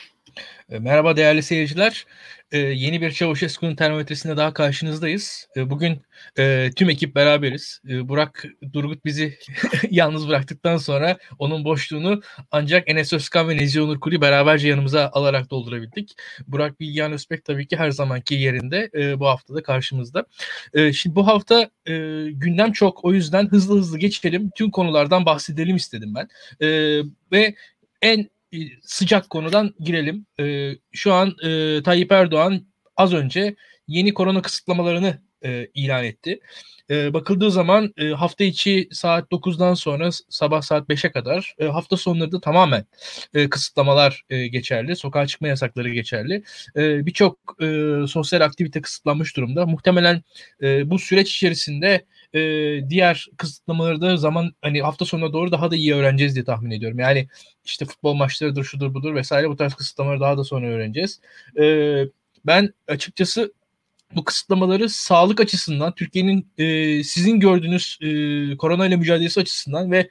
Merhaba değerli seyirciler. Yeni bir Çavuşesku'nun termometresinde daha karşınızdayız. Bugün tüm ekip beraberiz. Burak Durgut bizi yalnız bıraktıktan sonra onun boşluğunu ancak Enes Özkan ve Nezih Onur Kuli beraberce yanımıza alarak doldurabildik. Burak Bilgehan Özbek tabii ki her zamanki yerinde bu hafta da karşımızda. Şimdi bu hafta gündem çok, o yüzden hızlı geçelim. Tüm konulardan bahsedelim istedim ben. Ve en sıcak konudan girelim. Şu an Tayyip Erdoğan az önce yeni korona kısıtlamalarını ilan etti. Bakıldığı zaman hafta içi saat 9'dan sonra sabah saat 5'e kadar, hafta sonları da tamamen kısıtlamalar geçerli. Sokağa çıkma yasakları geçerli. Birçok sosyal aktivite kısıtlanmış durumda. Muhtemelen bu süreç içerisinde diğer kısıtlamaları da hani hafta sonuna doğru daha da iyi öğreneceğiz diye tahmin ediyorum. Yani işte futbol maçlarıdır, şudur budur vesaire, bu tarz kısıtlamaları daha da sonra öğreneceğiz. Ben açıkçası bu kısıtlamaları sağlık açısından, Türkiye'nin sizin gördüğünüz korona ile mücadelesi açısından ve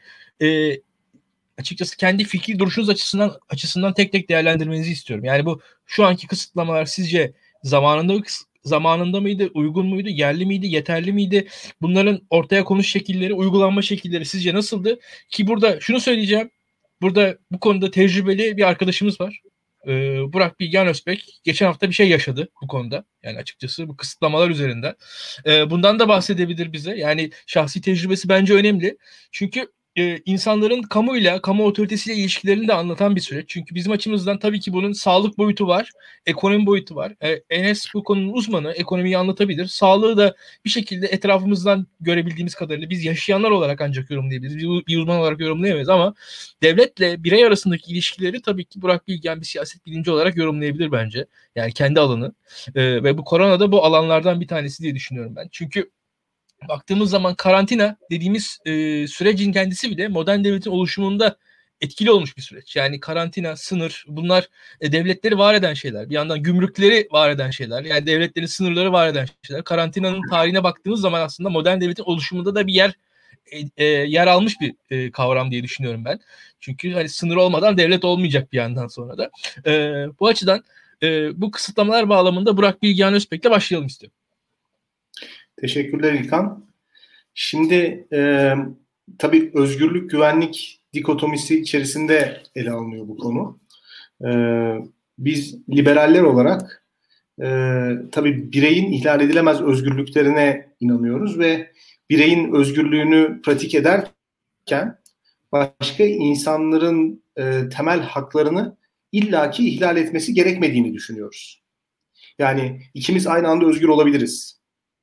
açıkçası kendi fikri duruşunuz açısından tek tek değerlendirmenizi istiyorum. Yani bu şu anki kısıtlamalar sizce zamanında mıydı, uygun muydu, yerli miydi, yeterli miydi? Bunların ortaya konuş şekilleri, uygulanma şekilleri sizce nasıldı? Ki burada şunu söyleyeceğim. Burada bu konuda tecrübeli bir arkadaşımız var. Burak Bilgehan Özbek geçen hafta bir şey yaşadı bu konuda. Yani açıkçası bu kısıtlamalar üzerinden. Bundan da bahsedebilir bize. Yani şahsi tecrübesi bence önemli. Çünkü insanların kamuyla, kamu otoritesiyle ilişkilerini de anlatan bir süreç. Çünkü bizim açımızdan tabii ki bunun sağlık boyutu var, ekonomi boyutu var. Enes bu konunun uzmanı, ekonomiyi anlatabilir. Sağlığı da bir şekilde etrafımızdan görebildiğimiz kadarıyla biz yaşayanlar olarak ancak yorumlayabiliriz. Bir uzman olarak yorumlayamayız ama devletle birey arasındaki ilişkileri tabii ki Burak Bilgehan bir siyaset bilimci olarak yorumlayabilir bence. Yani kendi alanı. Ve bu korona da bu alanlardan bir tanesi diye düşünüyorum ben. Çünkü baktığımız zaman karantina dediğimiz sürecin kendisi bile modern devletin oluşumunda etkili olmuş bir süreç. Yani karantina, sınır, bunlar devletleri var eden şeyler. Bir yandan gümrükleri var eden şeyler. Yani devletlerin sınırları var eden şeyler. Karantinanın tarihine baktığımız zaman aslında modern devletin oluşumunda da bir yer almış bir kavram diye düşünüyorum ben. Çünkü hani sınır olmadan devlet olmayacak bir yandan sonra da. Bu açıdan bu kısıtlamalar bağlamında Burak Bilgehan Özbek'le başlayalım istiyorum. Teşekkürler İlkan. Şimdi tabii özgürlük, güvenlik dikotomisi içerisinde ele alınıyor bu konu. E, Biz liberaller olarak tabii bireyin ihlal edilemez özgürlüklerine inanıyoruz ve bireyin özgürlüğünü pratik ederken başka insanların temel haklarını illaki ihlal etmesi gerekmediğini düşünüyoruz. Yani ikimiz aynı anda özgür olabiliriz.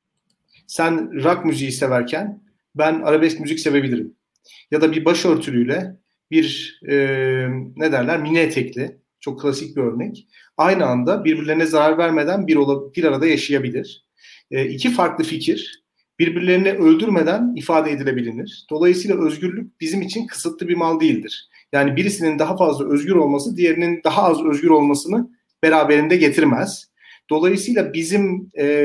Sen rock müziği severken ben arabesk müzik sevebilirim. Ya da bir başörtülüyle bir mini etekli, çok klasik bir örnek, aynı anda birbirlerine zarar vermeden bir arada yaşayabilir. İki farklı fikir birbirlerini öldürmeden ifade edilebilir. Dolayısıyla özgürlük bizim için kısıtlı bir mal değildir. Yani birisinin daha fazla özgür olması diğerinin daha az özgür olmasını beraberinde getirmez. Dolayısıyla bizim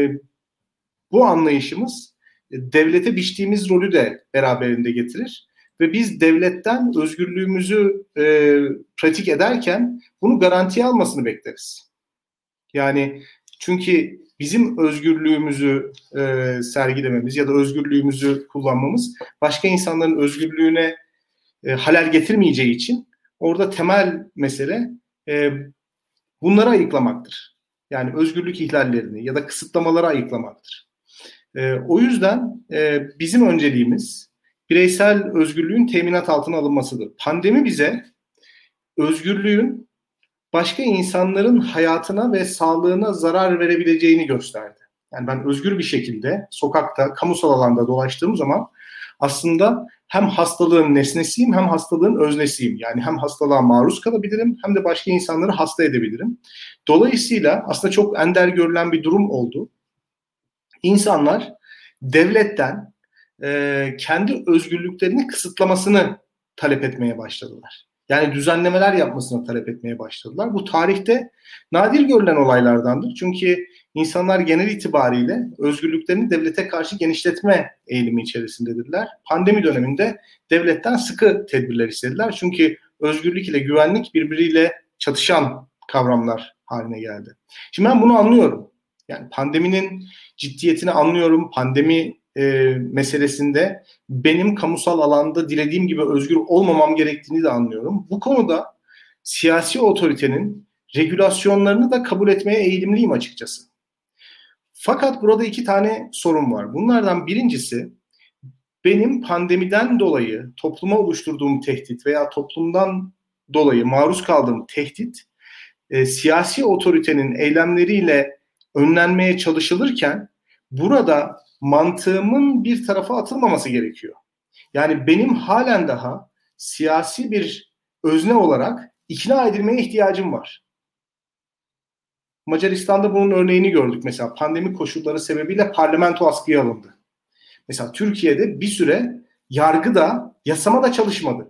bu anlayışımız devlete biçtiğimiz rolü de beraberinde getirir. Ve biz devletten özgürlüğümüzü pratik ederken bunu garantiye almasını bekleriz. Yani çünkü bizim özgürlüğümüzü sergilememiz ya da özgürlüğümüzü kullanmamız başka insanların özgürlüğüne halel getirmeyeceği için orada temel mesele bunları ayıklamaktır. Yani özgürlük ihlallerini ya da kısıtlamaları ayıklamaktır. O yüzden bizim önceliğimiz bireysel özgürlüğün teminat altına alınmasıdır. Pandemi bize özgürlüğün başka insanların hayatına ve sağlığına zarar verebileceğini gösterdi. Yani ben özgür bir şekilde sokakta, kamusal alanda dolaştığım zaman aslında hem hastalığın nesnesiyim hem hastalığın öznesiyim. Yani hem hastalığa maruz kalabilirim hem de başka insanları hasta edebilirim. Dolayısıyla aslında çok ender görülen bir durum oldu. İnsanlar devletten kendi özgürlüklerini kısıtlamasını talep etmeye başladılar. Yani düzenlemeler yapmasını talep etmeye başladılar. Bu tarihte nadir görülen olaylardandır. Çünkü insanlar genel itibariyle özgürlüklerini devlete karşı genişletme eğilimi içerisindedirler. Pandemi döneminde devletten sıkı tedbirler istediler. Çünkü özgürlük ile güvenlik birbiriyle çatışan kavramlar haline geldi. Şimdi ben bunu anlıyorum. Yani pandeminin ciddiyetini anlıyorum. Pandemi meselesinde benim kamusal alanda dilediğim gibi özgür olmamam gerektiğini de anlıyorum. Bu konuda siyasi otoritenin regülasyonlarını da kabul etmeye eğilimliyim açıkçası. Fakat burada iki tane sorun var. Bunlardan birincisi, benim pandemiden dolayı topluma oluşturduğum tehdit veya toplumdan dolayı maruz kaldığım tehdit siyasi otoritenin eylemleriyle önlenmeye çalışılırken burada mantığımın bir tarafa atılmaması gerekiyor. Yani benim halen daha siyasi bir özne olarak ikna edilmeye ihtiyacım var. Macaristan'da bunun örneğini gördük mesela. Pandemi koşulları sebebiyle parlamento askıya alındı. Mesela Türkiye'de bir süre yargı da, yasama da çalışmadı.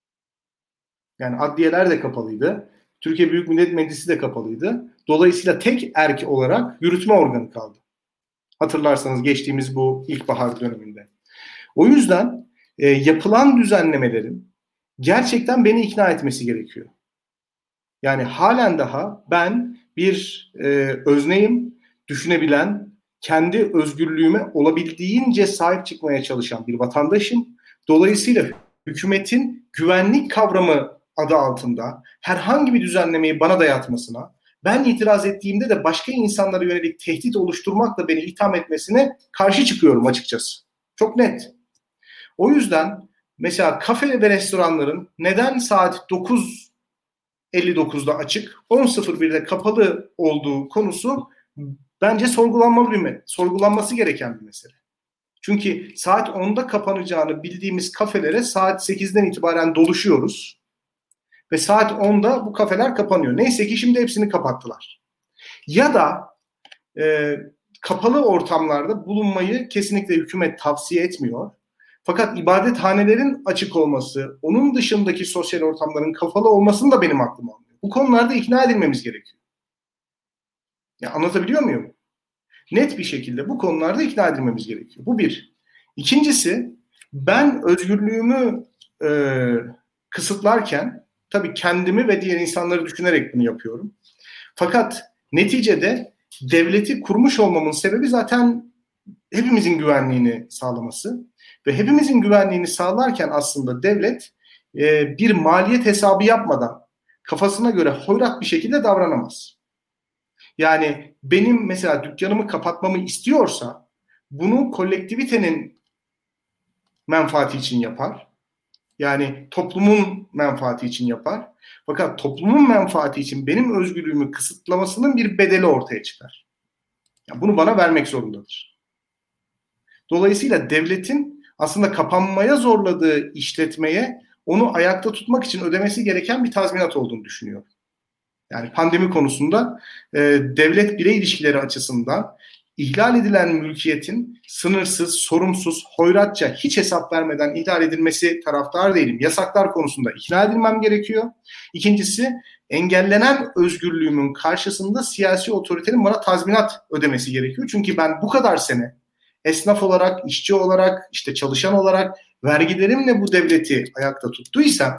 Yani adliyeler de kapalıydı. Türkiye Büyük Millet Meclisi de kapalıydı. Dolayısıyla tek erk olarak yürütme organı kaldı. Hatırlarsanız geçtiğimiz bu ilkbahar döneminde. O yüzden yapılan düzenlemelerin gerçekten beni ikna etmesi gerekiyor. Yani halen daha ben bir özneyim, düşünebilen, kendi özgürlüğüme olabildiğince sahip çıkmaya çalışan bir vatandaşım. Dolayısıyla hükümetin güvenlik kavramı adı altında herhangi bir düzenlemeyi bana dayatmasına, ben itiraz ettiğimde de başka insanlara yönelik tehdit oluşturmakla beni itham etmesine karşı çıkıyorum açıkçası. Çok net. O yüzden mesela kafe ve restoranların neden saat 9:59'da açık, 10:01'de kapalı olduğu konusu bence sorgulanması gereken bir mesele. Çünkü saat 10'da kapanacağını bildiğimiz kafelere saat 8'den itibaren doluşuyoruz. Ve saat 10'da bu kafeler kapanıyor. Neyse ki şimdi hepsini kapattılar. Ya da kapalı ortamlarda bulunmayı kesinlikle hükümet tavsiye etmiyor. Fakat ibadethanelerin açık olması, onun dışındaki sosyal ortamların kapalı olmasını da benim aklıma alıyor. Bu konularda ikna edilmemiz gerekiyor. Ya anlatabiliyor muyum? Net bir şekilde bu konularda ikna edilmemiz gerekiyor. Bu bir. İkincisi, ben özgürlüğümü kısıtlarken tabii kendimi ve diğer insanları düşünerek bunu yapıyorum. Fakat neticede devleti kurmuş olmamın sebebi zaten hepimizin güvenliğini sağlaması. Ve hepimizin güvenliğini sağlarken aslında devlet bir maliyet hesabı yapmadan kafasına göre hoyrat bir şekilde davranamaz. Yani benim mesela dükkanımı kapatmamı istiyorsa bunu kolektivitenin menfaati için yapar. Yani toplumun menfaati için yapar. Fakat toplumun menfaati için benim özgürlüğümü kısıtlamasının bir bedeli ortaya çıkar. Yani bunu bana vermek zorundadır. Dolayısıyla devletin aslında kapanmaya zorladığı işletmeye onu ayakta tutmak için ödemesi gereken bir tazminat olduğunu düşünüyorum. Yani pandemi konusunda devlet birey ilişkileri açısından ihlal edilen mülkiyetin sınırsız, sorumsuz, hoyratça hiç hesap vermeden ihlal edilmesi taraftar değilim. Yasaklar konusunda ikna edilmem gerekiyor. İkincisi, engellenen özgürlüğümün karşısında siyasi otoritenin bana tazminat ödemesi gerekiyor. Çünkü ben bu kadar sene esnaf olarak, işçi olarak, işte çalışan olarak vergilerimle bu devleti ayakta tuttuysam,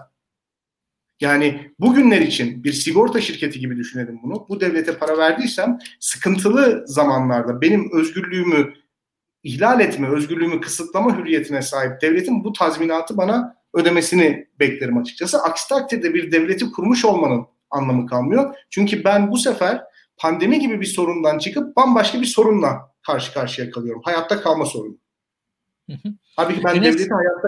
yani bugünler için bir sigorta şirketi gibi düşünelim bunu. Bu devlete para verdiysem sıkıntılı zamanlarda benim özgürlüğümü ihlal etme, özgürlüğümü kısıtlama hürriyetine sahip devletin bu tazminatı bana ödemesini beklerim açıkçası. Aksi takdirde bir devleti kurmuş olmanın anlamı kalmıyor. Çünkü ben bu sefer pandemi gibi bir sorundan çıkıp bambaşka bir sorunla karşı karşıya kalıyorum. Hayatta kalma sorunu. Halbuki ben devleti hayatta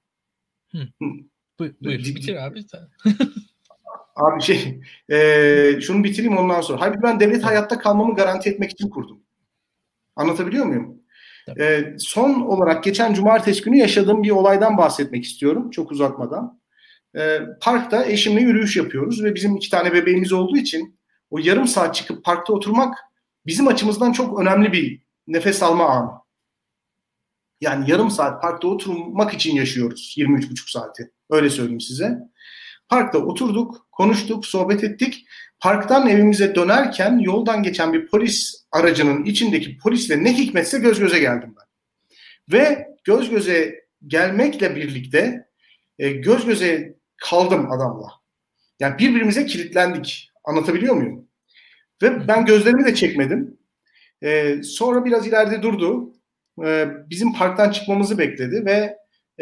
Buyur. Bitir abi. Abi şunu bitireyim ondan sonra. Halbuki ben devlet hayatta kalmamı garanti etmek için kurdum. Anlatabiliyor muyum? Son olarak geçen cumartesi günü yaşadığım bir olaydan bahsetmek istiyorum. Çok uzatmadan. Parkta eşimle yürüyüş yapıyoruz ve bizim 2 tane bebeğimiz olduğu için o yarım saat çıkıp parkta oturmak bizim açımızdan çok önemli bir nefes alma anı. Yani yarım saat parkta oturmak için yaşıyoruz 23,5 saati. Öyle söyleyeyim size. Parkta oturduk, konuştuk, sohbet ettik. Parktan evimize dönerken yoldan geçen bir polis aracının içindeki polisle ne hikmetse göz göze geldim ben. Ve göz göze gelmekle birlikte göz göze kaldım adamla. Yani birbirimize kilitlendik Anlatabiliyor muyum? Ve ben gözlerimi de çekmedim. Sonra biraz ileride durdu. Bizim parktan çıkmamızı bekledi ve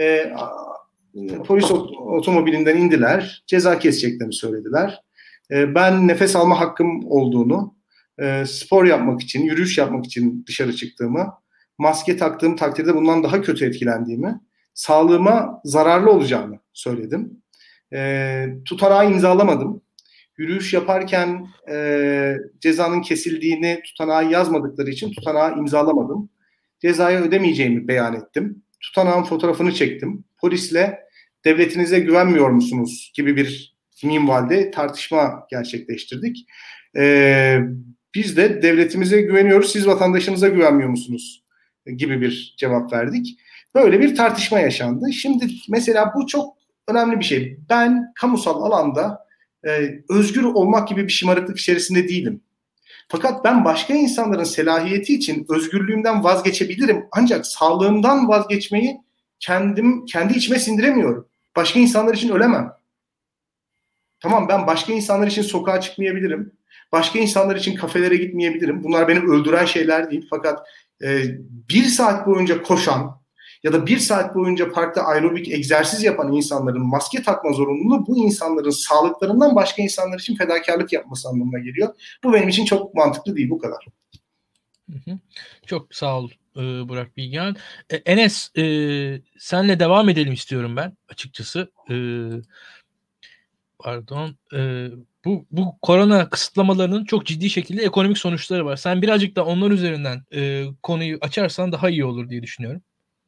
polis otomobilinden indiler. Ceza keseceklerini söylediler. Ben nefes alma hakkım olduğunu, spor yapmak için, yürüyüş yapmak için dışarı çıktığımı, maske taktığım takdirde bundan daha kötü etkilendiğimi, sağlığıma zararlı olacağını söyledim. Tutanağı imzalamadım. Yürüyüş yaparken cezanın kesildiğini tutanağa yazmadıkları için tutanağı imzalamadım. Cezayı ödemeyeceğimi beyan ettim. Tutanağın fotoğrafını çektim. Polisle devletinize güvenmiyor musunuz gibi bir minvalde tartışma gerçekleştirdik. Biz de devletimize güveniyoruz, siz vatandaşınıza güvenmiyor musunuz gibi bir cevap verdik. Böyle bir tartışma yaşandı. Şimdi mesela bu çok önemli bir şey. Ben kamusal alanda özgür olmak gibi bir şımarıklık içerisinde değilim. Fakat ben başka insanların selahiyeti için özgürlüğümden vazgeçebilirim. Ancak sağlığımdan vazgeçmeyi kendi içime sindiremiyorum. Başka insanlar için ölemem. Tamam, ben başka insanlar için sokağa çıkmayabilirim. Başka insanlar için kafelere gitmeyebilirim. Bunlar beni öldüren şeyler değil. Fakat bir saat boyunca koşan ya da bir saat boyunca parkta aerobik egzersiz yapan insanların maske takma zorunluluğu bu insanların sağlıklarından başka insanlar için fedakarlık yapması anlamına geliyor. Bu benim için çok mantıklı değil, bu kadar. Çok sağ ol Burak Bilgehan. Enes, senle devam edelim istiyorum ben açıkçası. Pardon. Bu korona kısıtlamalarının çok ciddi şekilde ekonomik sonuçları var. Sen birazcık da onlar üzerinden konuyu açarsan daha iyi olur diye düşünüyorum.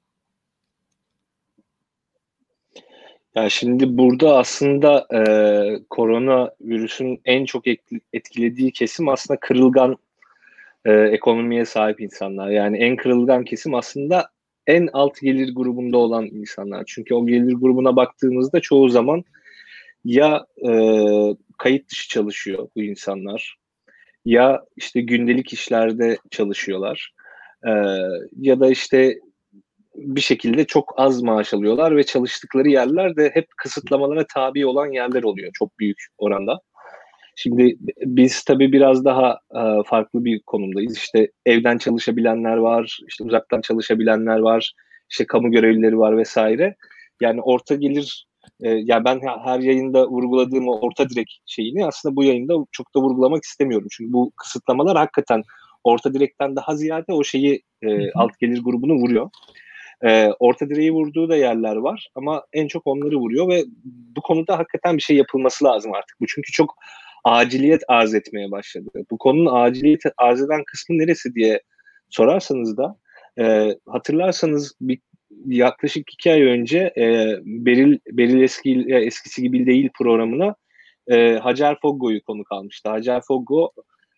Ya şimdi burada aslında koronavirüsün en çok etkilediği kesim aslında kırılgan ekonomiye sahip insanlar. Yani en kırılgan kesim aslında en alt gelir grubunda olan insanlar. Çünkü o gelir grubuna baktığımızda çoğu zaman ya kayıt dışı çalışıyor bu insanlar, ya işte gündelik işlerde çalışıyorlar, ya da işte bir şekilde çok az maaş alıyorlar ve çalıştıkları yerler de hep kısıtlamalara tabi olan yerler oluyor çok büyük oranda. Şimdi biz tabii biraz daha farklı bir konumdayız. İşte evden çalışabilenler var, işte uzaktan çalışabilenler var, işte kamu görevlileri var vesaire. Yani orta gelir, yani ben her yayında vurguladığım o orta direk şeyini aslında bu yayında çok da vurgulamak istemiyorum. Çünkü bu kısıtlamalar hakikaten orta direkten daha ziyade o şeyi alt gelir grubunu vuruyor. Orta direği vurduğu da yerler var ama en çok onları vuruyor ve bu konuda hakikaten bir şey yapılması lazım artık. Bu çünkü çok aciliyet arz etmeye başladı. Bu konunun aciliyet arz eden kısmı neresi diye sorarsanız da hatırlarsanız yaklaşık 2 ay önce Beril eskisi gibi değil programına Hacer Foggo'yu konuk almıştı. Hacer Foggo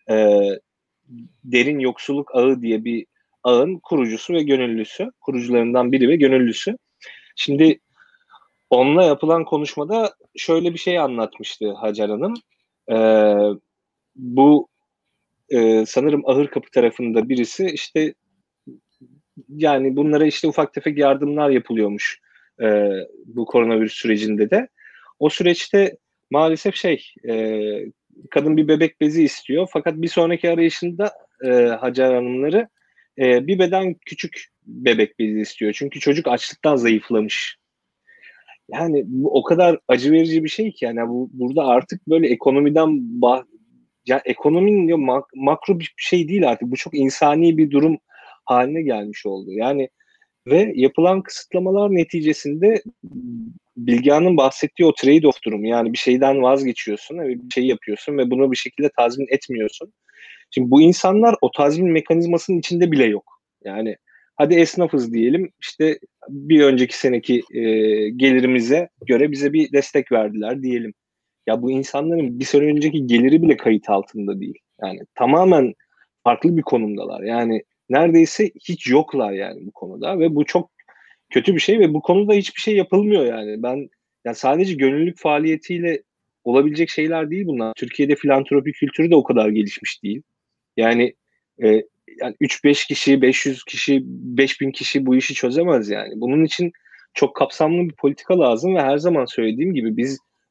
Derin Yoksulluk Ağı diye bir ağın kurucusu ve gönüllüsü. Kurucularından biri ve gönüllüsü. Şimdi onunla yapılan konuşmada şöyle bir şey anlatmıştı Hacer Hanım. Bu sanırım Ahırkapı tarafında birisi işte yani bunlara işte ufak tefek yardımlar yapılıyormuş bu koronavirüs sürecinde de. O süreçte maalesef kadın bir bebek bezi istiyor fakat bir sonraki arayışında Hacer Hanımları bir beden küçük bebek bezi istiyor. Çünkü çocuk açlıktan zayıflamış. Yani bu o kadar acı verici bir şey ki yani burada artık böyle ekonomiden ya ekonominin makro bir şey değil artık. Bu çok insani bir durum haline gelmiş oldu. Yani ve yapılan kısıtlamalar neticesinde Bilgehan'ın bahsettiği o trade-off durumu, yani bir şeyden vazgeçiyorsun ve bir şey yapıyorsun ve bunu bir şekilde tazmin etmiyorsun. Şimdi bu insanlar o tazmin mekanizmasının içinde bile yok. Yani hadi esnafız diyelim, işte bir önceki seneki gelirimize göre bize bir destek verdiler diyelim. Ya bu insanların bir sene önceki geliri bile kayıt altında değil. Yani tamamen farklı bir konumdalar. Yani neredeyse hiç yoklar yani bu konuda ve bu çok kötü bir şey ve bu konuda hiçbir şey yapılmıyor yani. Yani sadece gönüllülük faaliyetiyle olabilecek şeyler değil bunlar. Türkiye'de filantropi kültürü de o kadar gelişmiş değil. Yani yani 3-5 kişi, 500 kişi, 5000 kişi bu işi çözemez yani. Bunun için çok kapsamlı bir politika lazım ve her zaman söylediğim gibi biz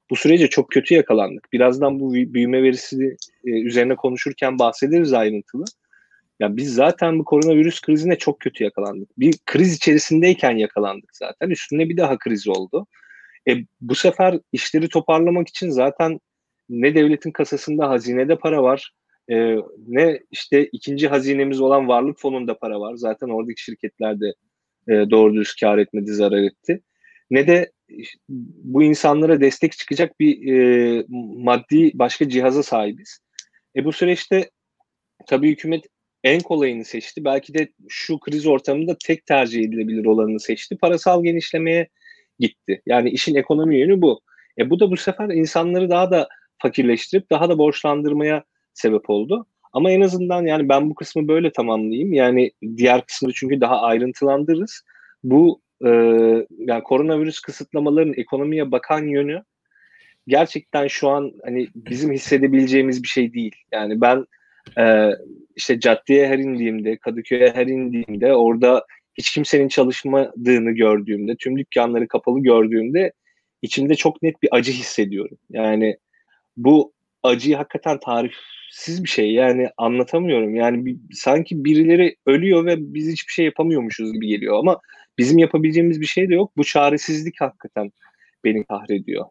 bu sürece çok kötü yakalandık. Birazdan bu büyüme verisi üzerine konuşurken bahsederiz ayrıntılı. Ya biz zaten bu koronavirüs krizine çok kötü yakalandık. Bir kriz içerisindeyken yakalandık zaten. Üstüne bir daha kriz oldu. Bu sefer işleri toparlamak için zaten ne devletin kasasında, hazinede para var, ne işte ikinci hazinemiz olan varlık fonunda para var. Zaten oradaki şirketler de doğru dürüst kar etmedi, zarar etti. Ne de bu insanlara destek çıkacak bir maddi başka cihaza sahibiz. Bu süreçte tabii hükümet en kolayını seçti. Belki de şu kriz ortamında tek tercih edilebilir olanını seçti. Parasal genişlemeye gitti. Yani işin ekonomi yönü bu. Bu da bu sefer insanları daha da fakirleştirip daha da borçlandırmaya sebep oldu. Ama en azından yani ben bu kısmı böyle tamamlayayım. Yani diğer kısmını çünkü daha ayrıntılandırırız. Bu yani koronavirüs kısıtlamaların ekonomiye bakan yönü gerçekten şu an hani bizim hissedebileceğimiz bir şey değil. Yani ben işte caddeye her indiğimde, Kadıköy'e her indiğimde, orada hiç kimsenin çalışmadığını gördüğümde, tüm dükkanları kapalı gördüğümde içimde çok net bir acı hissediyorum. Yani bu acıyı hakikaten tarifsiz bir şey. Yani anlatamıyorum. Yani sanki birileri ölüyor ve biz hiçbir şey yapamıyormuşuz gibi geliyor ama bizim yapabileceğimiz bir şey de yok. Bu çaresizlik hakikaten beni kahrediyor.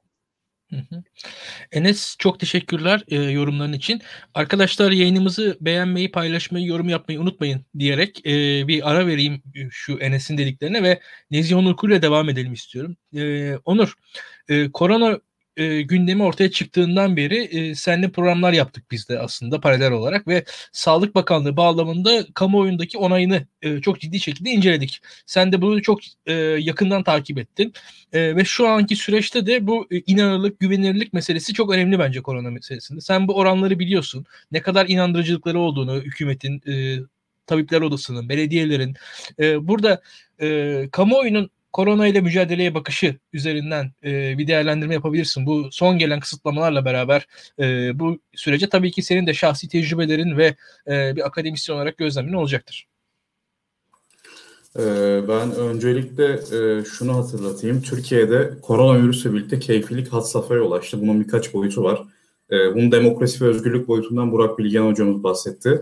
Enes, çok teşekkürler yorumların için. Arkadaşlar, yayınımızı beğenmeyi, paylaşmayı, yorum yapmayı unutmayın diyerek bir ara vereyim şu Enes'in dediklerine ve Nezih Onurkul ile devam edelim istiyorum. Onur, korona gündemi ortaya çıktığından beri seninle programlar yaptık biz de aslında paralel olarak ve Sağlık Bakanlığı bağlamında kamuoyundaki onayını çok ciddi şekilde inceledik. Sen de bunu çok yakından takip ettin ve şu anki süreçte de bu inanırlık, güvenilirlik meselesi çok önemli bence korona meselesinde. Sen bu oranları biliyorsun. Ne kadar inandırıcılıkları olduğunu hükümetin, tabipler odasının, belediyelerin burada kamuoyunun korona ile mücadeleye bakışı üzerinden bir değerlendirme yapabilirsin. Bu son gelen kısıtlamalarla beraber bu sürece tabii ki senin de şahsi tecrübelerin ve bir akademisyen olarak gözlemin olacaktır. Ben öncelikle şunu hatırlatayım. Türkiye'de koronavirüsle birlikte keyfilik had safhaya ulaştı. Bunun birkaç boyutu var. Bunun demokrasi ve özgürlük boyutundan Burak Bilgen hocamız bahsetti.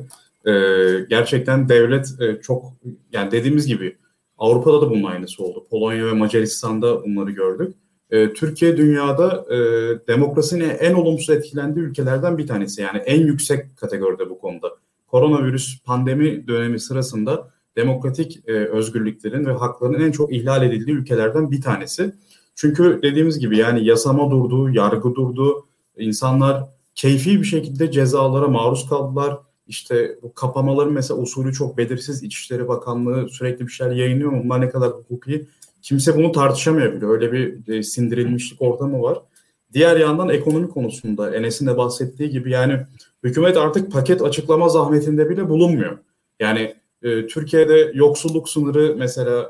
Gerçekten devlet çok, yani dediğimiz gibi Avrupa'da da bunun aynısı oldu. Polonya ve Macaristan'da bunları gördük. Türkiye dünyada demokrasinin en olumsuz etkilendiği ülkelerden bir tanesi. Yani en yüksek kategoride bu konuda. Koronavirüs pandemi dönemi sırasında demokratik özgürlüklerin ve hakların en çok ihlal edildiği ülkelerden bir tanesi. Çünkü dediğimiz gibi yani yasama durdu, yargı durdu. İnsanlar keyfi bir şekilde cezalara maruz kaldılar. İşte bu kapamaların mesela usulü çok belirsiz. İçişleri Bakanlığı sürekli bir şeyler yayınlıyor ama bunlar ne kadar hukuki? Kimse bunu tartışamıyor bile. Öyle bir sindirilmişlik ortamı var. Diğer yandan ekonomi konusunda Enes'in de bahsettiği gibi yani hükümet artık paket açıklama zahmetinde bile bulunmuyor. Yani Türkiye'de yoksulluk sınırı mesela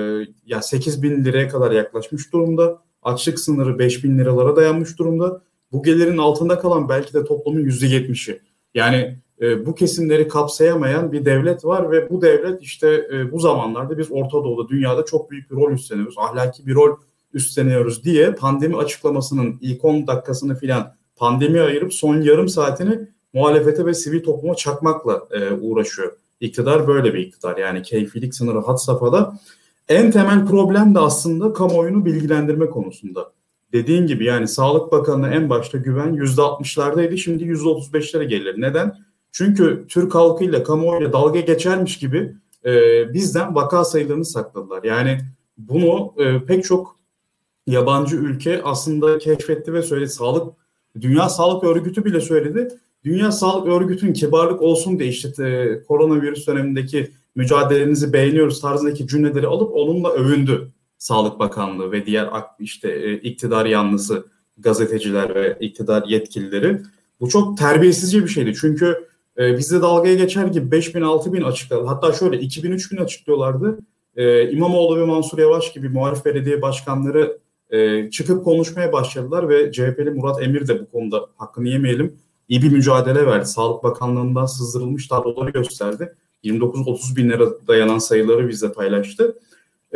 ya 8.000 liraya kadar yaklaşmış durumda. Açlık sınırı 5.000 liralara dayanmış durumda. Bu gelirin altında kalan belki de toplumun %70'i. Yani bu kesimleri kapsayamayan bir devlet var ve bu devlet işte bu zamanlarda biz Orta Doğu'da, dünyada çok büyük bir rol üstleniyoruz. Ahlaki bir rol üstleniyoruz diye pandemi açıklamasının ilk 10 dakikasını filan pandemiye ayırıp son yarım saatini muhalefete ve sivil topluma çakmakla uğraşıyor. İktidar böyle bir iktidar. Yani keyfilik sınırı had safhada. En temel problem de aslında kamuoyunu bilgilendirme konusunda. Dediğin gibi yani Sağlık Bakanı'na en başta güven %60'lardaydı. Şimdi %35'lere gelir. Neden? Çünkü Türk halkıyla, kamuoyuyla dalga geçermiş gibi bizden vaka sayılarını sakladılar. Yani bunu pek çok yabancı ülke aslında keşfetti ve söyledi. Dünya Sağlık Örgütü bile söyledi. Dünya Sağlık Örgütü'nün kibarlık olsun diye işte koronavirüs dönemindeki mücadelenizi beğeniyoruz tarzındaki cümleleri alıp onunla övündü Sağlık Bakanlığı ve diğer işte iktidar yanlısı gazeteciler ve iktidar yetkilileri. Bu çok terbiyesizce bir şeydi. Çünkü bizde dalgaya geçer gibi 5.000 6.000 açıkladı. Hatta şöyle 2.000 3.000 açıklıyorlardı. İmamoğlu ve Mansur Yavaş gibi muhalif belediye başkanları çıkıp konuşmaya başladılar ve CHP'li Murat Emir de bu konuda hakkını yemeyelim. İyi bir mücadele verdi. Sağlık Bakanlığı'ndan sızdırılmış tabloları gösterdi. 29-30 bin lira dayanan sayıları bizle paylaştı.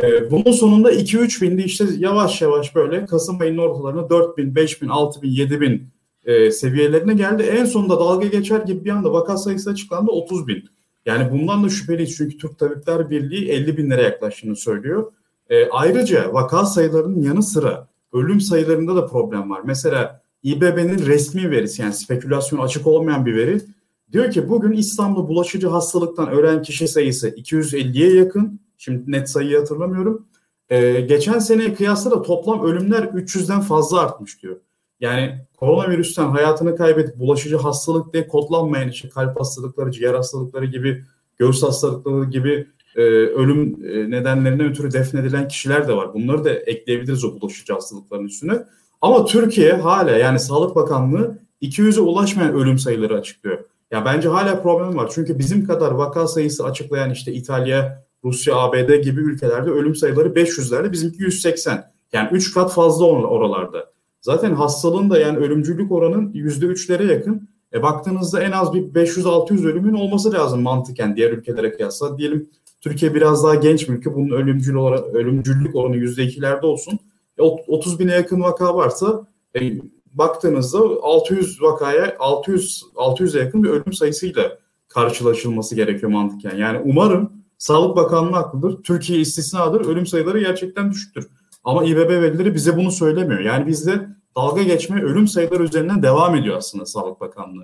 Bunun sonunda 2-3 bindi işte yavaş yavaş böyle Kasım ayının ortalarına 4 bin, 5 bin, 6 bin, 7 bin seviyelerine geldi. En sonunda dalga geçer gibi bir anda vaka sayısı açıklandı 30 bin. Yani bundan da şüpheliyiz çünkü Türk Tabipler Birliği 50 binlere yaklaştığını söylüyor. Ayrıca vaka sayılarının yanı sıra ölüm sayılarında da problem var. Mesela İBB'nin resmi verisi, yani spekülasyon açık olmayan bir veri. Diyor ki bugün İstanbul'da bulaşıcı hastalıktan ölen kişi sayısı 250'ye yakın. Şimdi net sayıyı hatırlamıyorum. Geçen seneye kıyasla da toplam ölümler 300'den fazla artmış diyor. Yani koronavirüsten hayatını kaybedip bulaşıcı hastalık diye kodlanmayan işte kalp hastalıkları, ciğer hastalıkları gibi, göğüs hastalıkları gibi ölüm nedenlerine ötürü defnedilen kişiler de var. Bunları da ekleyebiliriz o bulaşıcı hastalıkların üstüne. Ama Türkiye hala, yani Sağlık Bakanlığı 200'e ulaşmayan ölüm sayıları açıklıyor. Ya bence hala problem var. Çünkü bizim kadar vaka sayısı açıklayan işte İtalya, Rusya, ABD gibi ülkelerde ölüm sayıları 500'lerde, bizimki 180. Yani 3 kat fazla oralarda. Zaten hastalığın da yani ölümcülük oranın %3'lere yakın. Baktığınızda en az bir 500-600 ölümün olması lazım mantıken diğer ülkelere kıyasla. Diyelim Türkiye biraz daha genç bir ülke. Bunun ölümcülük oranı %2'lerde olsun. 30 bine yakın vaka varsa baktığınızda 600'e yakın bir ölüm sayısıyla karşılaşılması gerekiyor mantıken. Yani umarım Sağlık Bakanlığı haklıdır. Türkiye istisnadır. Ölüm sayıları gerçekten düşüktür. Ama İBB verileri bize bunu söylemiyor. Yani bizde dalga geçme, ölüm sayıları üzerinden devam ediyor aslında Sağlık Bakanlığı.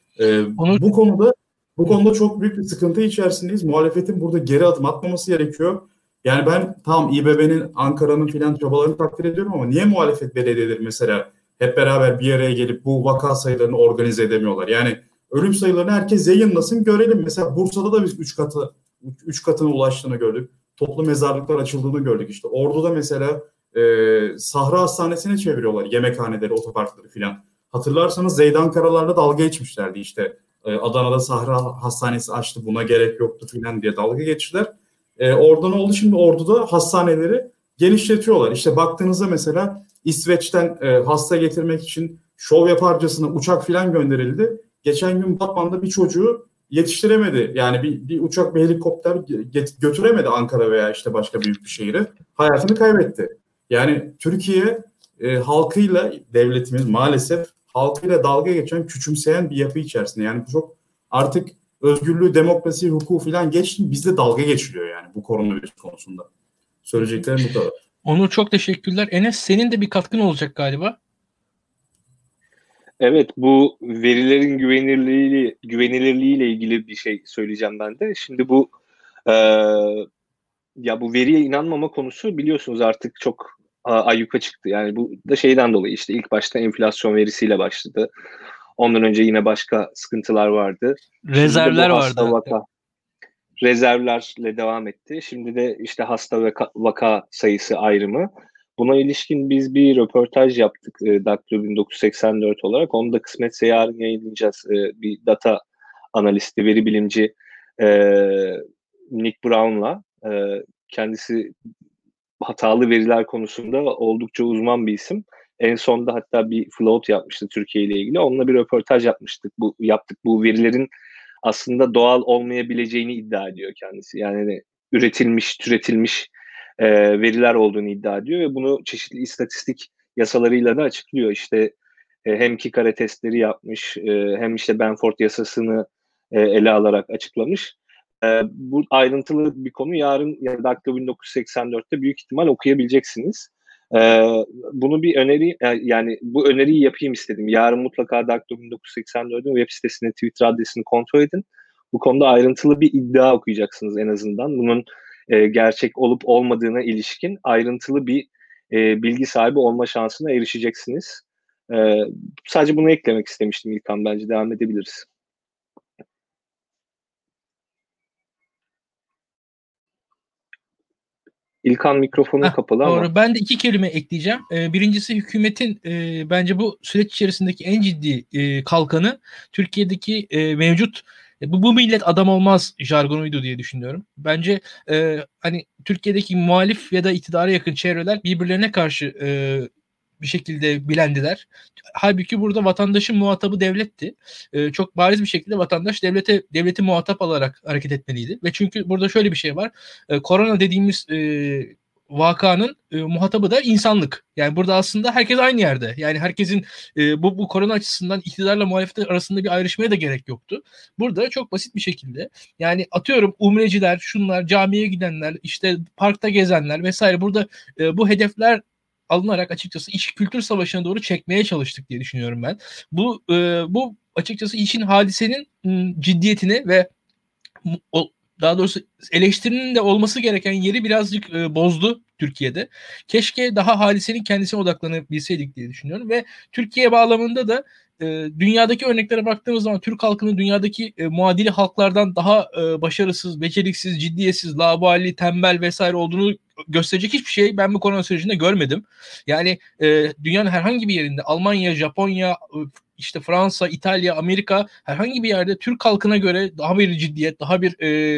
Bu konuda çok büyük bir sıkıntı içerisindeyiz. Muhalefetin burada geri adım atmaması gerekiyor. Yani ben tam İBB'nin, Ankara'nın filan çabalarını takdir ediyorum ama niye muhalefet belediyeleri mesela hep beraber bir araya gelip bu vaka sayılarını organize edemiyorlar? Yani ölüm sayılarını herkes yayınlasın, görelim. Mesela Bursa'da da biz 3 katına ulaştığını gördük. Toplu mezarlıklar açıldığını gördük işte. Ordu'da mesela Sahra Hastanesi'ne çeviriyorlar yemekhaneleri, otoparkları filan. Hatırlarsanız Zeydankaralar'la dalga geçmişlerdi işte. Adana'da Sahra Hastanesi açtı, buna gerek yoktu filan diye dalga geçtiler. Orada ne oldu? Şimdi Ordu'da hastaneleri genişletiyorlar. İşte baktığınızda mesela İsveç'ten hasta getirmek için şov yaparcasına uçak filan gönderildi. Geçen gün Batman'da bir çocuğu yetiştiremedi. Yani bir uçak, bir helikopter götüremedi Ankara veya işte başka büyük bir şehire. Hayatını kaybetti. Yani Türkiye halkıyla, devletimiz maalesef halkıyla dalga geçen, küçümseyen bir yapı içerisinde. Yani çok artık özgürlüğü, demokrasi, hukuku falan geçtim. Bizde dalga geçiliyor yani bu koronavirüs konusunda. Söyleyeceklerim bu kadar. Onur, çok teşekkürler. Enes, senin de bir katkın olacak galiba. Evet, bu verilerin güvenilirliğiyle ilgili bir şey söyleyeceğim ben de. Şimdi bu ya bu veriye inanmama konusu biliyorsunuz artık çok ayyuka çıktı. Yani bu da şeyden dolayı işte ilk başta enflasyon verisiyle başladı. Ondan önce yine başka sıkıntılar vardı. Rezervler vardı. Rezervlerle devam etti. Şimdi de işte hasta ve vaka sayısı ayrımı. Buna ilişkin biz bir röportaj yaptık Daktilo 1984 olarak. Onu da kısmetse yarın yayınlayacağız. Bir data analisti, veri bilimci Nick Brown'la. Kendisi hatalı veriler konusunda oldukça uzman bir isim. En sonunda hatta bir float yapmıştı Türkiye ile ilgili. Onunla bir röportaj yaptık. Bu verilerin aslında doğal olmayabileceğini iddia ediyor kendisi. Yani üretilmiş, türetilmiş veriler olduğunu iddia ediyor ve bunu çeşitli istatistik yasalarıyla da açıklıyor. İşte hem Kikare testleri yapmış, hem işte Benford yasasını ele alarak açıklamış. Bu ayrıntılı bir konu. Yarın ya da Daktilo 1984'te büyük ihtimal okuyabileceksiniz. Bunu bir öneri, yani bu öneriyi yapayım istedim. Yarın mutlaka Daktilo 1984'ün web sitesini, Twitter adresini kontrol edin. Bu konuda ayrıntılı bir iddia okuyacaksınız en azından. Bunun gerçek olup olmadığına ilişkin ayrıntılı bir bilgi sahibi olma şansına erişeceksiniz. Sadece bunu eklemek istemiştim İlkan. Bence devam edebiliriz. İlkan mikrofonu kapalı ama. Doğru. Ben de 2 kelime ekleyeceğim. Birincisi, hükümetin bence bu süreç içerisindeki en ciddi kalkanı Türkiye'deki mevcut bu millet adam olmaz jargonuydu diye düşünüyorum. Bence hani Türkiye'deki muhalif ya da iktidara yakın çevreler birbirlerine karşı bir şekilde bilendiler. Halbuki burada vatandaşın muhatabı devletti. Çok bariz bir şekilde vatandaş devleti muhatap alarak hareket etmeliydi. Ve çünkü burada şöyle bir şey var. Korona dediğimiz vakanın muhatabı da insanlık. Yani burada aslında herkes aynı yerde. Yani herkesin bu korona açısından iktidarla muhalefet arasında bir ayrışmaya da gerek yoktu. Burada çok basit bir şekilde yani atıyorum umreciler, şunlar, camiye gidenler, işte parkta gezenler vesaire burada bu hedefler alınarak açıkçası iç kültür savaşına doğru çekmeye çalıştık diye düşünüyorum ben. Bu açıkçası işin hadisenin ciddiyetini ve daha doğrusu eleştirinin de olması gereken yeri birazcık bozdu Türkiye'de. Keşke daha hadisenin kendisine odaklanabilseydik diye düşünüyorum ve Türkiye bağlamında da dünyadaki örneklere baktığımız zaman Türk halkının dünyadaki muadili halklardan daha başarısız, beceriksiz, ciddiyetsiz, laubali, tembel vesaire olduğunu gösterecek hiçbir şey ben bu korona sürecinde görmedim. Yani dünyanın herhangi bir yerinde Almanya, Japonya, işte Fransa, İtalya, Amerika herhangi bir yerde Türk halkına göre daha bir ciddiyet, daha bir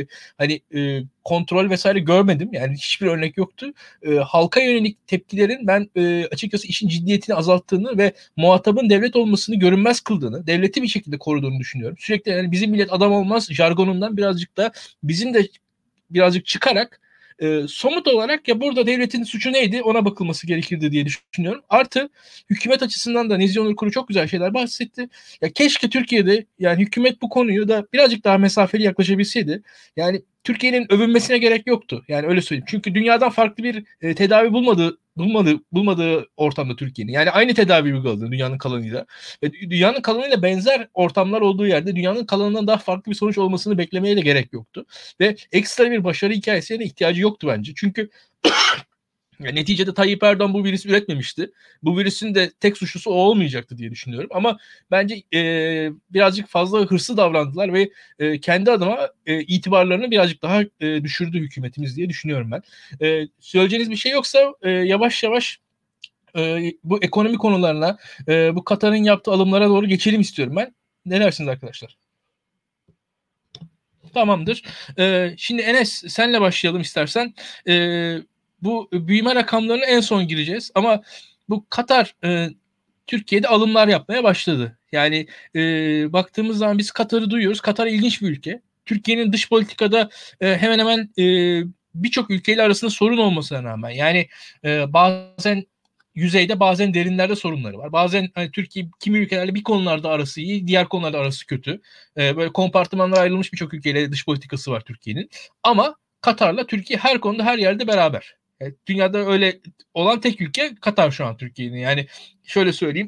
kontrol vesaire görmedim. Yani hiçbir örnek yoktu. Halka yönelik tepkilerin ben açıkçası işin ciddiyetini azalttığını ve muhatabın devlet olmasını görünmez kıldığını, devleti bir şekilde koruduğunu düşünüyorum. Sürekli yani bizim millet adam olmaz jargonundan birazcık da bizim de birazcık çıkarak somut olarak ya burada devletin suçu neydi ona bakılması gerekirdi diye düşünüyorum. Artı hükümet açısından da Nezih Onur Kuru çok güzel şeyler bahsetti. Ya keşke Türkiye'de yani hükümet bu konuyu da birazcık daha mesafeli yaklaşabilseydi. Yani Türkiye'nin övünmesine gerek yoktu. Yani öyle söyleyeyim. Çünkü dünyadan farklı bir tedavi bulmadığı ortamda Türkiye'nin. Yani aynı tedavi uyguladığı dünyanın kalanıyla. Ve dünyanın kalanıyla benzer ortamlar olduğu yerde dünyanın kalanından daha farklı bir sonuç olmasını beklemeye de gerek yoktu. Ve ekstra bir başarı hikayesine de ihtiyacı yoktu bence. Çünkü neticede Tayyip Erdoğan bu virüsü üretmemişti. Bu virüsün de tek suçlusu o olmayacaktı diye düşünüyorum. Ama bence birazcık fazla hırslı davrandılar ve kendi adıma itibarlarını birazcık daha düşürdü hükümetimiz diye düşünüyorum ben. Söyleyeceğiniz bir şey yoksa yavaş yavaş bu ekonomi konularına, bu Katar'ın yaptığı alımlara doğru geçelim istiyorum ben. Ne dersiniz arkadaşlar? Tamamdır. Şimdi Enes senle başlayalım istersen. Bu büyüme rakamlarına en son gireceğiz. Ama bu Katar Türkiye'de alımlar yapmaya başladı. Yani baktığımız zaman biz Katar'ı duyuyoruz. Katar ilginç bir ülke. Türkiye'nin dış politikada hemen hemen birçok ülkeyle arasında sorun olmasına rağmen yani bazen yüzeyde bazen derinlerde sorunları var. Bazen hani Türkiye kimi ülkelerle bir konularda arası iyi, diğer konularda arası kötü. Böyle kompartımanlara ayrılmış birçok ülkeyle dış politikası var Türkiye'nin. Ama Katar'la Türkiye her konuda her yerde beraber. Yani dünyada öyle olan tek ülke Katar şu an Türkiye'nin. Yani şöyle söyleyeyim.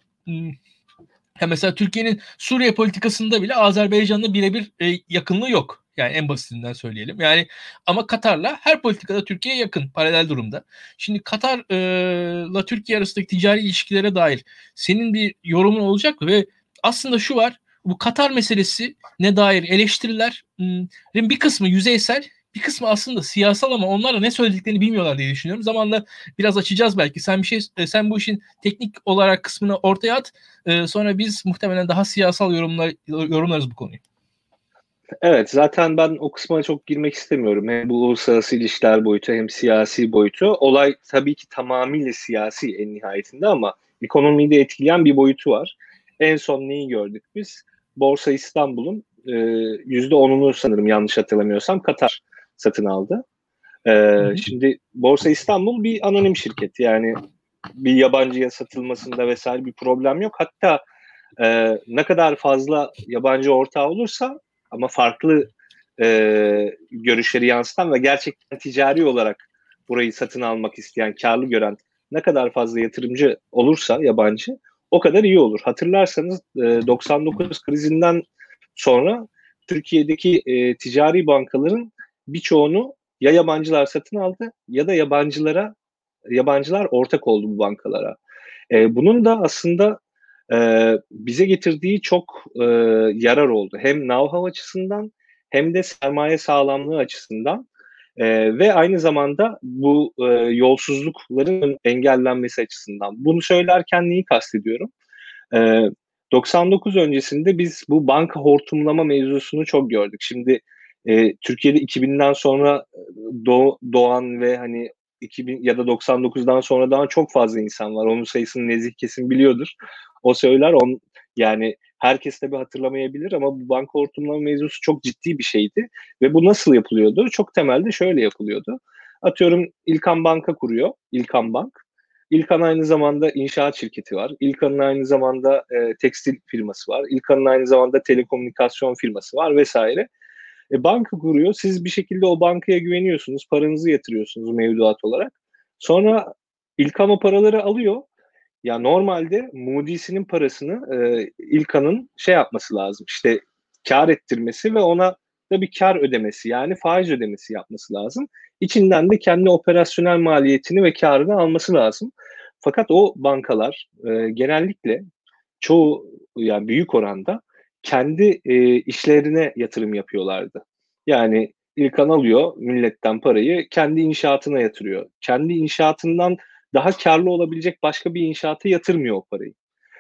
Mesela Türkiye'nin Suriye politikasında bile Azerbaycan'la birebir yakınlığı yok. Yani en basitinden söyleyelim. Yani ama Katar'la her politikada Türkiye'ye yakın, paralel durumda. Şimdi Katar'la Türkiye arasındaki ticari ilişkilere dair senin bir yorumun olacak mı? Ve aslında şu var, bu Katar meselesi ne dair eleştirilerin bir kısmı yüzeysel, bir kısmı aslında siyasal ama onlar da ne söylediklerini bilmiyorlar diye düşünüyorum. Zamanla biraz açacağız belki. Sen bu işin teknik olarak kısmını ortaya at. Sonra biz muhtemelen daha siyasal yorumlarız bu konuyu. Evet, zaten ben o kısma çok girmek istemiyorum. Hem bu uluslararası ilişkiler boyutu hem siyasi boyutu. Olay tabii ki tamamıyla siyasi en nihayetinde ama ekonomiyi de etkileyen bir boyutu var. En son neyi gördük biz? Borsa İstanbul'un %10'unu sanırım yanlış hatırlamıyorsam Katar satın aldı. Şimdi Borsa İstanbul bir anonim şirket. Yani bir yabancıya satılmasında vesaire bir problem yok. Hatta ne kadar fazla yabancı ortağı olursa ama farklı görüşleri yansıtan ve gerçekten ticari olarak burayı satın almak isteyen, karlı gören ne kadar fazla yatırımcı olursa yabancı o kadar iyi olur. Hatırlarsanız 99 krizinden sonra Türkiye'deki ticari bankaların birçoğunu ya yabancılar satın aldı ya da yabancılar ortak oldu bu bankalara. Bunun da aslında bize getirdiği çok yarar oldu. Hem know-how açısından hem de sermaye sağlamlığı açısından ve aynı zamanda bu yolsuzlukların engellenmesi açısından. Bunu söylerken neyi kastediyorum? 99 öncesinde biz bu banka hortumlama mevzusunu çok gördük. Şimdi Türkiye'de 2000'den sonra doğan ve hani 2000 ya da 99'dan sonra daha çok fazla insan var. Onun sayısını Nezih kesin biliyordur. O söyler yani herkes tabii hatırlamayabilir ama bu banka hortumlama mevzusu çok ciddi bir şeydi. Ve bu nasıl yapılıyordu? Çok temelde şöyle yapılıyordu. Atıyorum İlkan Bank'a kuruyor. İlkan Bank. İlkan aynı zamanda inşaat şirketi var. İlkan'ın aynı zamanda tekstil firması var. İlkan'ın aynı zamanda telekomünikasyon firması var vesaire. Banka kuruyor. Siz bir şekilde o bankaya güveniyorsunuz. Paranızı yatırıyorsunuz mevduat olarak. Sonra İlkan o paraları alıyor. Ya normalde Moody'sinin parasını İlkan'ın şey yapması lazım. İşte kar ettirmesi ve ona da bir kar ödemesi, yani faiz ödemesi yapması lazım. İçinden de kendi operasyonel maliyetini ve karını alması lazım. Fakat o bankalar genellikle çoğu, yani büyük oranda kendi işlerine yatırım yapıyorlardı. Yani İlkan alıyor milletten parayı, kendi inşaatına yatırıyor. Kendi inşaatından daha karlı olabilecek başka bir inşaata yatırmıyor o parayı.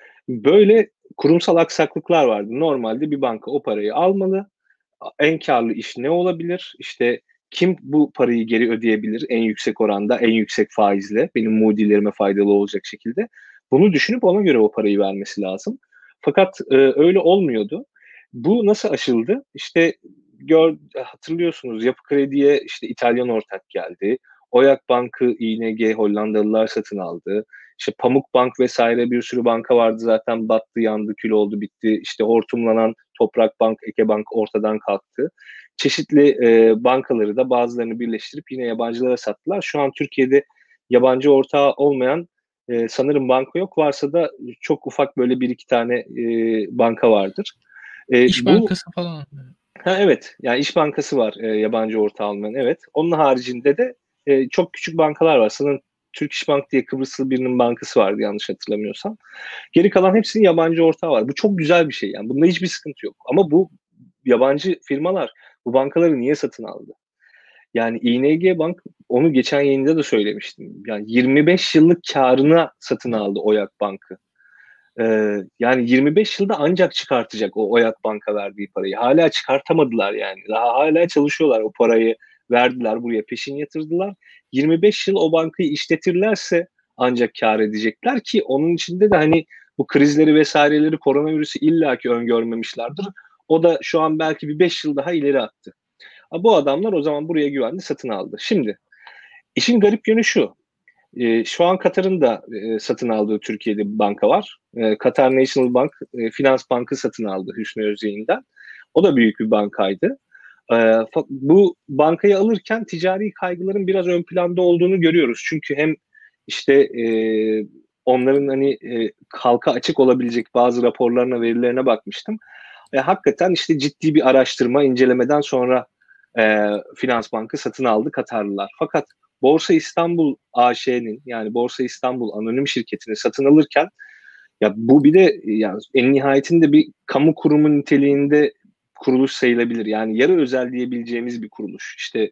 Böyle kurumsal aksaklıklar vardı. Normalde bir banka o parayı almalı. En karlı iş ne olabilir? İşte kim bu parayı geri ödeyebilir en yüksek oranda, en yüksek faizle, benim Moody'lerime faydalı olacak şekilde. Bunu düşünüp ona göre o parayı vermesi lazım. Fakat öyle olmuyordu. Bu nasıl aşıldı? İşte hatırlıyorsunuz, Yapı Kredi'ye işte İtalyan ortak geldi. Oyak Bank'ı ING Hollandalılar satın aldı. İşte Pamuk Bank vesaire bir sürü banka vardı, zaten battı, yandı, kül oldu, bitti. İşte hortumlanan Toprak Bank, Eke Bank ortadan kalktı. Çeşitli bankaları da bazılarını birleştirip yine yabancılara sattılar. Şu an Türkiye'de yabancı ortağı olmayan sanırım banka yok. Varsa da çok ufak böyle bir iki tane banka vardır. İş Bankası falan. Ha, evet. Yani İş Bankası var yabancı ortağı olmayan. Evet. Onun haricinde de çok küçük bankalar var. Sanırım Türk İş Bank diye Kıbrıslı birinin bankası vardı yanlış hatırlamıyorsam. Geri kalan hepsinin yabancı ortağı var. Bu çok güzel bir şey yani. Bunda hiçbir sıkıntı yok. Ama bu yabancı firmalar bu bankaları niye satın aldı? Yani ING Bank, onu geçen yayında da söylemiştim. Yani 25 yıllık karına satın aldı Oyak Bank'ı. Yani 25 yılda ancak çıkartacak o Oyak Bank'a verdiği parayı. Hala çıkartamadılar yani. Daha hala çalışıyorlar. O parayı verdiler, buraya peşin yatırdılar. 25 yıl o bankayı işletirlerse ancak kar edecekler ki onun içinde de hani bu krizleri vesaireleri, koronavirüsü illaki öngörmemişlerdir. O da şu an belki bir 5 yıl daha ileri attı. Bu adamlar o zaman buraya güvendi, satın aldı. Şimdi işin garip yönü şu. Şu an Katar'ın da satın aldığı Türkiye'de bir banka var. Qatar National Bank, Finans Bank'ı satın aldı Hüsnü Özyeğin'den. O da büyük bir bankaydı. Bu bankayı alırken ticari kaygıların biraz ön planda olduğunu görüyoruz. Çünkü hem işte onların hani halka açık olabilecek bazı raporlarına, verilerine bakmıştım. Hakikaten işte ciddi bir araştırma, incelemeden sonra Finans Bank'ı satın aldı Katarlılar. Fakat Borsa İstanbul AŞ'nin, yani Borsa İstanbul anonim şirketini satın alırken, ya bu bir de yani en nihayetinde bir kamu kurumu niteliğinde kuruluş sayılabilir. Yani yarı özel diyebileceğimiz bir kuruluş. İşte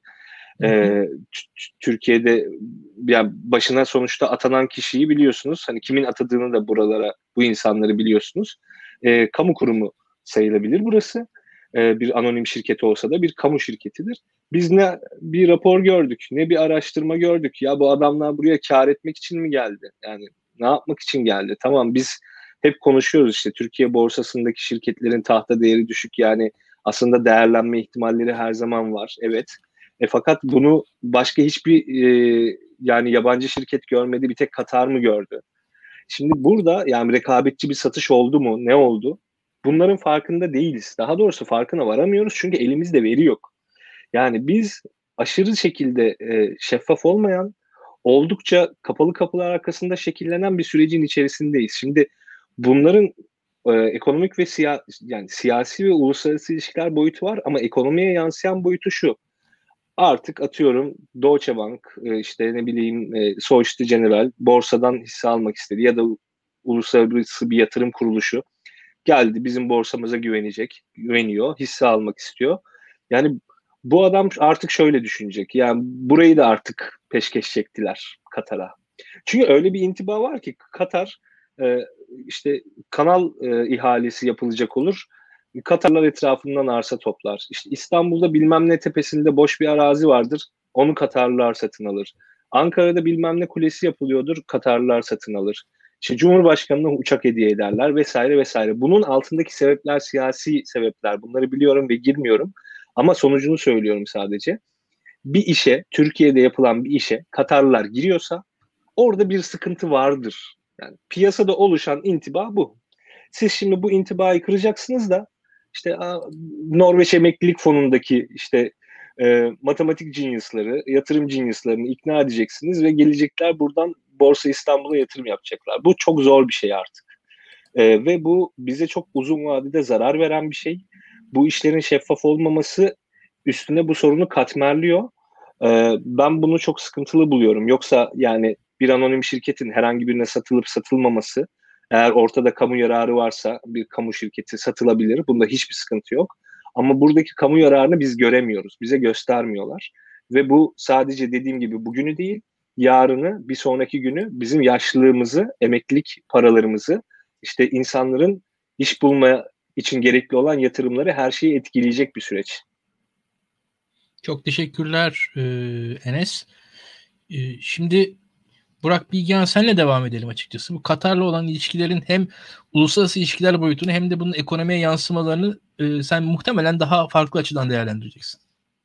Türkiye'de yani başına sonuçta atanan kişiyi biliyorsunuz. Hani kimin atadığını da buralara, bu insanları biliyorsunuz. Kamu kurumu sayılabilir burası. Bir anonim şirketi olsa da bir kamu şirketidir. Biz ne bir rapor gördük, ne bir araştırma gördük. Ya bu adamlar buraya kar etmek için mi geldi? Yani ne yapmak için geldi? Tamam, biz hep konuşuyoruz işte Türkiye borsasındaki şirketlerin tahta değeri düşük, yani aslında değerlenme ihtimalleri her zaman var. Evet. Fakat bunu başka hiçbir yani yabancı şirket görmedi. Bir tek Katar mı gördü? Şimdi burada yani rekabetçi bir satış oldu mu? Ne oldu? Bunların farkında değiliz. Daha doğrusu farkına varamıyoruz çünkü elimizde veri yok. Yani biz aşırı şekilde şeffaf olmayan, oldukça kapalı kapılar arkasında şekillenen bir sürecin içerisindeyiz. Şimdi bunların ekonomik ve yani siyasi ve uluslararası ilişkiler boyutu var ama ekonomiye yansıyan boyutu şu. Artık atıyorum Deutsche Bank, işte ne bileyim Societe Generale borsadan hisse almak istedi ya da uluslararası bir yatırım kuruluşu geldi, bizim borsamıza güveniyor, hisse almak istiyor. Yani bu adam artık şöyle düşünecek. Yani burayı da artık peşkeş çektiler Katar'a. Çünkü öyle bir intiba var ki Katar işte kanal ihalesi yapılacak olur. Katarlar etrafından arsa toplar. İşte İstanbul'da bilmem ne tepesinde boş bir arazi vardır. Onu Katarlılar satın alır. Ankara'da bilmem ne kulesi yapılıyordur. Katarlılar satın alır. İşte Cumhurbaşkanı'na uçak hediye ederler vesaire vesaire. Bunun altındaki sebepler siyasi sebepler. Bunları biliyorum ve girmiyorum. Ama sonucunu söylüyorum sadece. bir işe, Türkiye'de yapılan bir işe Katarlılar giriyorsa orada bir sıkıntı vardır. Yani piyasada oluşan intiba bu. Siz şimdi bu intibayı kıracaksınız da işte Norveç Emeklilik Fonu'ndaki işte matematik genius'ları, yatırım genius'larını ikna edeceksiniz ve gelecekler buradan Borsa İstanbul'a yatırım yapacaklar. Bu çok zor bir şey artık. Ve bu bize çok uzun vadede zarar veren bir şey. Bu işlerin şeffaf olmaması üstüne bu sorunu katmerliyor. Ben bunu çok sıkıntılı buluyorum. Yoksa yani bir anonim şirketin herhangi birine satılıp satılmaması, eğer ortada kamu yararı varsa bir kamu şirketi satılabilir. Bunda hiçbir sıkıntı yok. Ama buradaki kamu yararını biz göremiyoruz. Bize göstermiyorlar. Ve bu sadece dediğim gibi bugünü değil, yarını, bir sonraki günü, bizim yaşlılığımızı, emeklilik paralarımızı, işte insanların iş bulma için gerekli olan yatırımları, her şeyi etkileyecek bir süreç. Çok teşekkürler Enes. Şimdi Burak Bilgehan, senle devam edelim açıkçası. Bu Katar'la olan ilişkilerin hem uluslararası ilişkiler boyutunu hem de bunun ekonomiye yansımalarını sen muhtemelen daha farklı açıdan değerlendireceksin.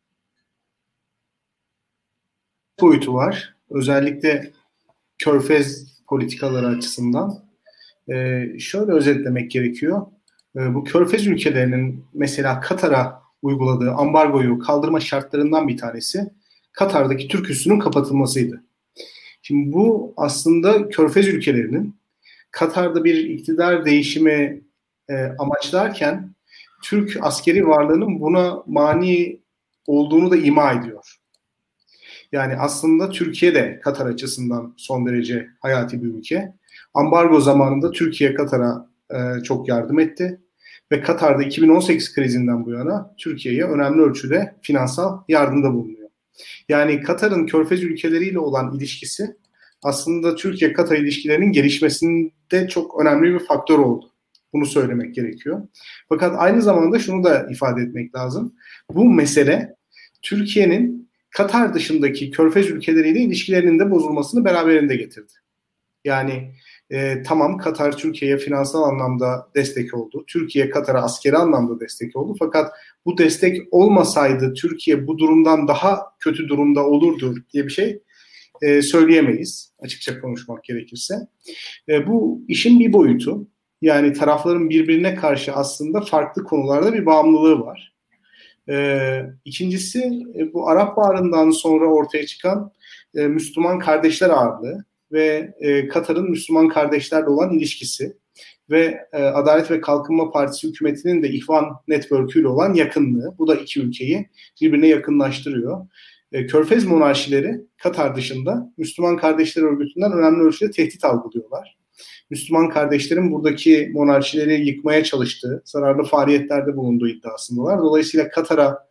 Boyutu var. Özellikle Körfez politikaları açısından. Şöyle özetlemek gerekiyor. Bu Körfez ülkelerinin mesela Katar'a uyguladığı ambargoyu kaldırma şartlarından bir tanesi Katar'daki Türk üssünün kapatılmasıydı. Şimdi bu aslında Körfez ülkelerinin Katar'da bir iktidar değişimi amaçlarken Türk askeri varlığının buna mani olduğunu da ima ediyor. Yani aslında Türkiye de Katar açısından son derece hayati bir ülke. Ambargo zamanında Türkiye Katar'a çok yardım etti. Ve Katar'da 2018 krizinden bu yana Türkiye'ye önemli ölçüde finansal yardımda bulunuyor. Yani Katar'ın Körfez ülkeleriyle olan ilişkisi aslında Türkiye-Katar ilişkilerinin gelişmesinde çok önemli bir faktör oldu. Bunu söylemek gerekiyor. Fakat aynı zamanda şunu da ifade etmek lazım. Bu mesele Türkiye'nin Katar dışındaki Körfez ülkeleriyle ilişkilerinin de bozulmasını beraberinde getirdi. Yani tamam, Katar Türkiye'ye finansal anlamda destek oldu. Türkiye Katar'a askeri anlamda destek oldu. Fakat bu destek olmasaydı Türkiye bu durumdan daha kötü durumda olurdu diye bir şey söyleyemeyiz, açıkça konuşmak gerekirse. Bu işin bir boyutu. Yani tarafların birbirine karşı aslında farklı konularda bir bağımlılığı var. İkincisi bu Arap Baharı'ndan sonra ortaya çıkan Müslüman kardeşler ağırlığı ve Katar'ın Müslüman kardeşlerle olan ilişkisi ve Adalet ve Kalkınma Partisi hükümetinin de İhvan Network'üyle olan yakınlığı. Bu da iki ülkeyi birbirine yakınlaştırıyor. Körfez monarşileri Katar dışında Müslüman Kardeşler Örgütü'nden önemli ölçüde tehdit algılıyorlar. Müslüman kardeşlerin buradaki monarşileri yıkmaya çalıştığı, zararlı faaliyetlerde bulunduğu iddiasındalar. Dolayısıyla Katar'a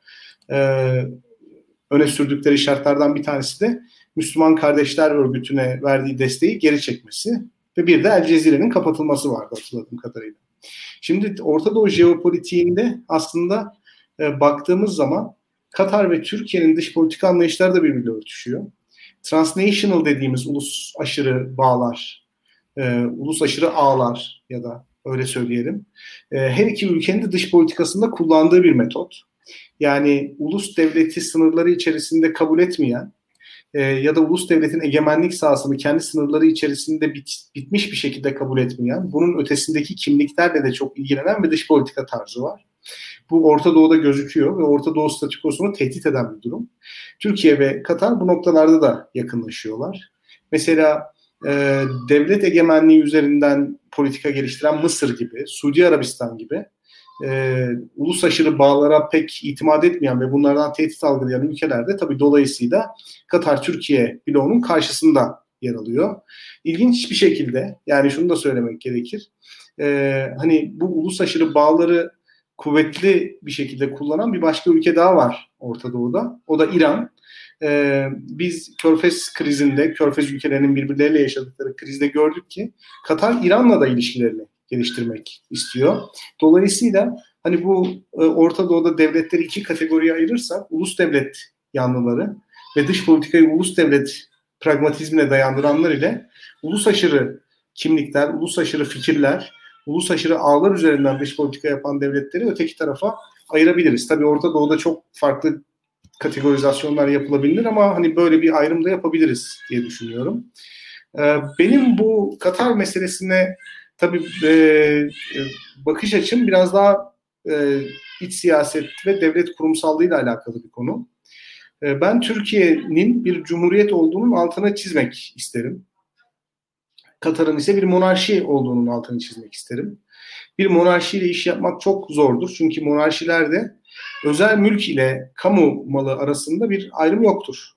öne sürdükleri şartlardan bir tanesi de Müslüman Kardeşler Örgütü'ne verdiği desteği geri çekmesi ve bir de El Cezire'nin kapatılması vardı hatırladığım kadarıyla. Şimdi Orta Doğu jeopolitiğinde aslında baktığımız zaman Katar ve Türkiye'nin dış politika anlayışları da birbiriyle örtüşüyor. Transnational dediğimiz ulus aşırı bağlar, ulus aşırı ağlar ya da öyle söyleyelim. Her iki ülkenin de dış politikasında kullandığı bir metot. Yani ulus devleti sınırları içerisinde kabul etmeyen ya da ulus devletin egemenlik sahasını kendi sınırları içerisinde bitmiş bir şekilde kabul etmeyen, bunun ötesindeki kimliklerle de çok ilgilenen bir dış politika tarzı var. Bu Orta Doğu'da gözüküyor ve Orta Doğu statükosunu tehdit eden bir durum. Türkiye ve Katar bu noktalarda da yakınlaşıyorlar. Mesela devlet egemenliği üzerinden politika geliştiren Mısır gibi, Suudi Arabistan gibi ulus aşırı bağlara pek itimat etmeyen ve bunlardan tehdit algılayan ülkelerde tabii dolayısıyla Katar-Türkiye bloğunun karşısında yer alıyor. İlginç bir şekilde, yani şunu da söylemek gerekir. Hani bu ulus aşırı bağları kuvvetli bir şekilde kullanan bir başka ülke daha var Orta Doğu'da. O da İran. Biz Körfez krizinde, Körfez ülkelerinin birbirleriyle yaşadıkları krizde gördük ki Katar İran'la da ilişkilerini geliştirmek istiyor. Dolayısıyla hani bu Orta Doğu'da devletleri iki kategoriye ayırırsak ulus devlet yanlıları ve dış politikayı ulus devlet pragmatizmine dayandıranlar ile ulus aşırı kimlikler, ulus aşırı fikirler, ulus aşırı ağlar üzerinden dış politika yapan devletleri öteki tarafa ayırabiliriz. Tabii Orta Doğu'da çok farklı kategorizasyonlar yapılabilir ama hani böyle bir ayrım da yapabiliriz diye düşünüyorum. Benim bu Katar meselesine tabii bakış açım biraz daha iç siyaset ve devlet kurumsallığıyla alakalı bir konu. Ben Türkiye'nin bir cumhuriyet olduğunun altına çizmek isterim. Katar'ın ise bir monarşi olduğunun altını çizmek isterim. Bir monarşiyle iş yapmak çok zordur. Çünkü monarşilerde özel mülk ile kamu malı arasında bir ayrım yoktur.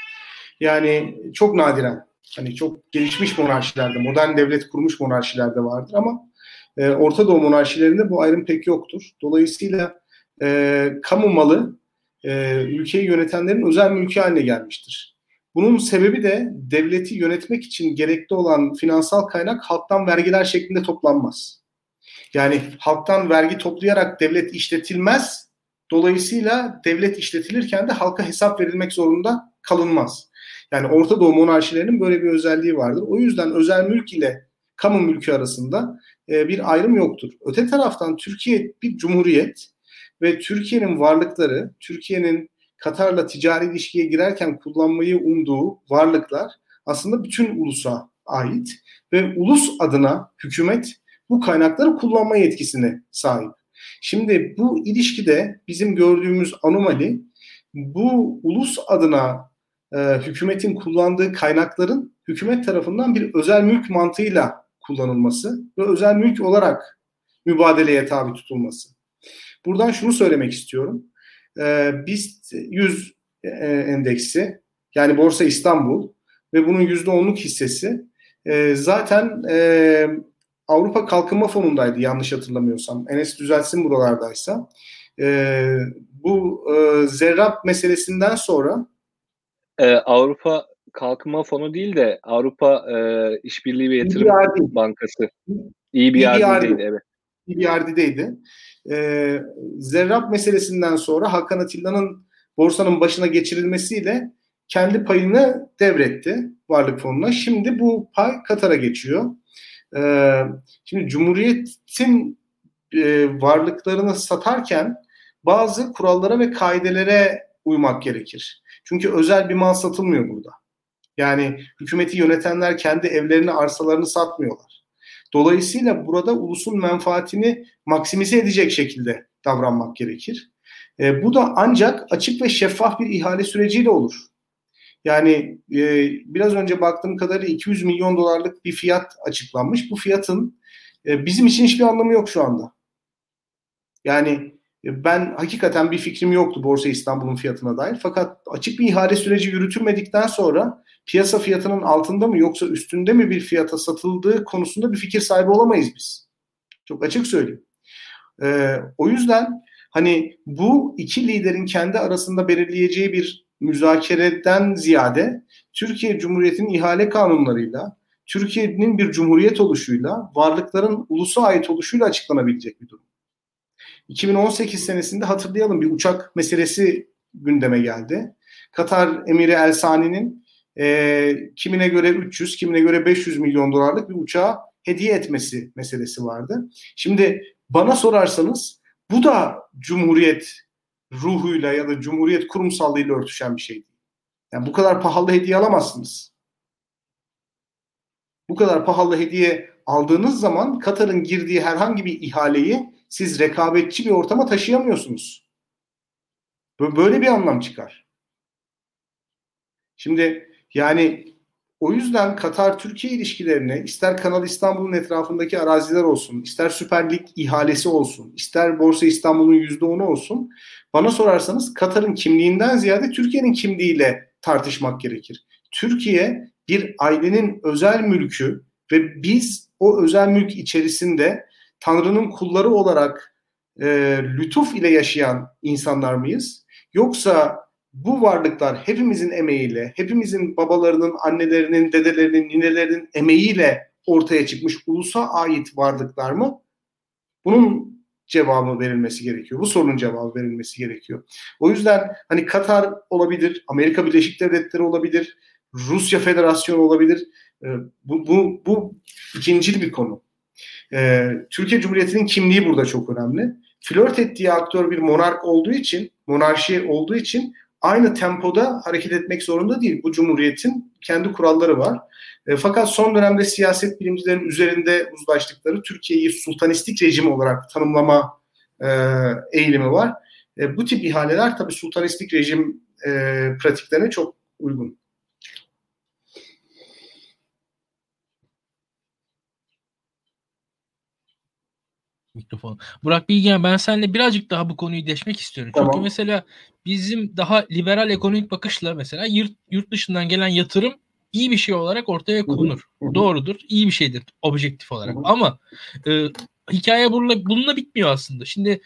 Yani çok nadiren, hani çok gelişmiş monarşilerde, modern devlet kurmuş monarşilerde vardır ama Orta Doğu monarşilerinde bu ayrım pek yoktur. Dolayısıyla kamu malı ülkeyi yönetenlerin özel mülkü haline gelmiştir. Bunun sebebi de devleti yönetmek için gerekli olan finansal kaynak halktan vergiler şeklinde toplanmaz. Yani halktan vergi toplayarak devlet işletilmez. Dolayısıyla devlet işletilirken de halka hesap verilmek zorunda kalınmaz. Yani Orta Doğu monarşilerinin böyle bir özelliği vardır. O yüzden özel mülk ile kamu mülkü arasında bir ayrım yoktur. Öte taraftan Türkiye bir cumhuriyet ve Türkiye'nin varlıkları, Türkiye'nin Katar'la ticari ilişkiye girerken kullanmayı umduğu varlıklar aslında bütün ulusa ait ve ulus adına hükümet bu kaynakları kullanma yetkisine sahip. Şimdi bu ilişkide bizim gördüğümüz anomali bu ulus adına hükümetin kullandığı kaynakların hükümet tarafından bir özel mülk mantığıyla kullanılması ve özel mülk olarak mübadeleye tabi tutulması. Buradan şunu söylemek istiyorum. BIST 100 endeksi, yani Borsa İstanbul ve bunun %10'luk hissesi zaten Avrupa Kalkınma Fonu'ndaydı yanlış hatırlamıyorsam. Enes düzeltsin buralardaysa. Bu Zerrab meselesinden sonra Avrupa Kalkınma Fonu değil de Avrupa İşbirliği ve Yatırım EBRD. Bankası. EBRD'deydi, evet. EBRD'deydi. Zerrab meselesinden sonra Hakan Atilla'nın borsanın başına geçirilmesiyle kendi payını devretti Varlık Fonu'na. Şimdi bu pay Katar'a geçiyor. Şimdi Cumhuriyet'in varlıklarını satarken bazı kurallara ve kaidelere uymak gerekir. Çünkü özel bir mal satılmıyor burada. Yani hükümeti yönetenler kendi evlerini, arsalarını satmıyorlar. Dolayısıyla burada ulusun menfaatini maksimize edecek şekilde davranmak gerekir. Bu da ancak açık ve şeffaf bir ihale süreciyle olur. Yani biraz önce baktığım kadarıyla 200 milyon dolarlık bir fiyat açıklanmış. Bu fiyatın bizim için hiçbir anlamı yok şu anda. Yani ben hakikaten bir fikrim yoktu Borsa İstanbul'un fiyatına dair. Fakat açık bir ihale süreci yürütülmedikten sonra piyasa fiyatının altında mı yoksa üstünde mi bir fiyata satıldığı konusunda bir fikir sahibi olamayız biz. Çok açık söyleyeyim. O yüzden hani bu iki liderin kendi arasında belirleyeceği bir müzakereden ziyade Türkiye Cumhuriyeti'nin ihale kanunlarıyla, Türkiye'nin bir cumhuriyet oluşuyla, varlıkların ulusa ait oluşuyla açıklanabilecek bir durum. 2018 senesinde hatırlayalım bir uçak meselesi gündeme geldi. Katar Emiri El Sani'nin kimine göre 300, kimine göre 500 milyon dolarlık bir uçağı hediye etmesi meselesi vardı. Şimdi bana sorarsanız bu da Cumhuriyet ruhuyla ya da Cumhuriyet kurumsallığıyla örtüşen bir şey değil. Yani bu kadar pahalı hediye alamazsınız. Bu kadar pahalı hediye aldığınız zaman Katar'ın girdiği herhangi bir ihaleyi siz rekabetçi bir ortama taşıyamıyorsunuz. Böyle bir anlam çıkar. Şimdi yani o yüzden Katar-Türkiye ilişkilerini ister Kanal İstanbul'un etrafındaki araziler olsun, ister Süper Lig ihalesi olsun, ister Borsa İstanbul'un %10'u olsun, bana sorarsanız Katar'ın kimliğinden ziyade Türkiye'nin kimliğiyle tartışmak gerekir. Türkiye bir ailenin özel mülkü ve biz o özel mülk içerisinde Tanrı'nın kulları olarak lütuf ile yaşayan insanlar mıyız? Yoksa bu varlıklar hepimizin emeğiyle, hepimizin babalarının, annelerinin, dedelerinin, ninelerinin emeğiyle ortaya çıkmış ulusa ait varlıklar mı? Bunun cevabı verilmesi gerekiyor. Bu sorunun cevabı verilmesi gerekiyor. O yüzden hani Katar olabilir, Amerika Birleşik Devletleri olabilir, Rusya Federasyonu olabilir. Bu ikincil bir konu. Türkiye Cumhuriyeti'nin kimliği burada çok önemli. Flört ettiği aktör bir monark olduğu için, monarşi olduğu için aynı tempoda hareket etmek zorunda değil. Bu cumhuriyetin kendi kuralları var. Fakat son dönemde siyaset bilimcilerin üzerinde uzlaştıkları Türkiye'yi sultanistik rejim olarak tanımlama eğilimi var. Bu tip ihaleler tabii sultanistik rejim pratiklerine çok uygun. Mikrofon. Burak Bilgehan, ben seninle birazcık daha bu konuyu deşmek istiyorum. Tamam. Çünkü mesela bizim daha liberal ekonomik bakışla mesela yurt dışından gelen yatırım iyi bir şey olarak ortaya konur. Hı hı. Doğrudur. İyi bir şeydir objektif olarak. Hı hı. Ama hikaye bununla bitmiyor aslında. Şimdi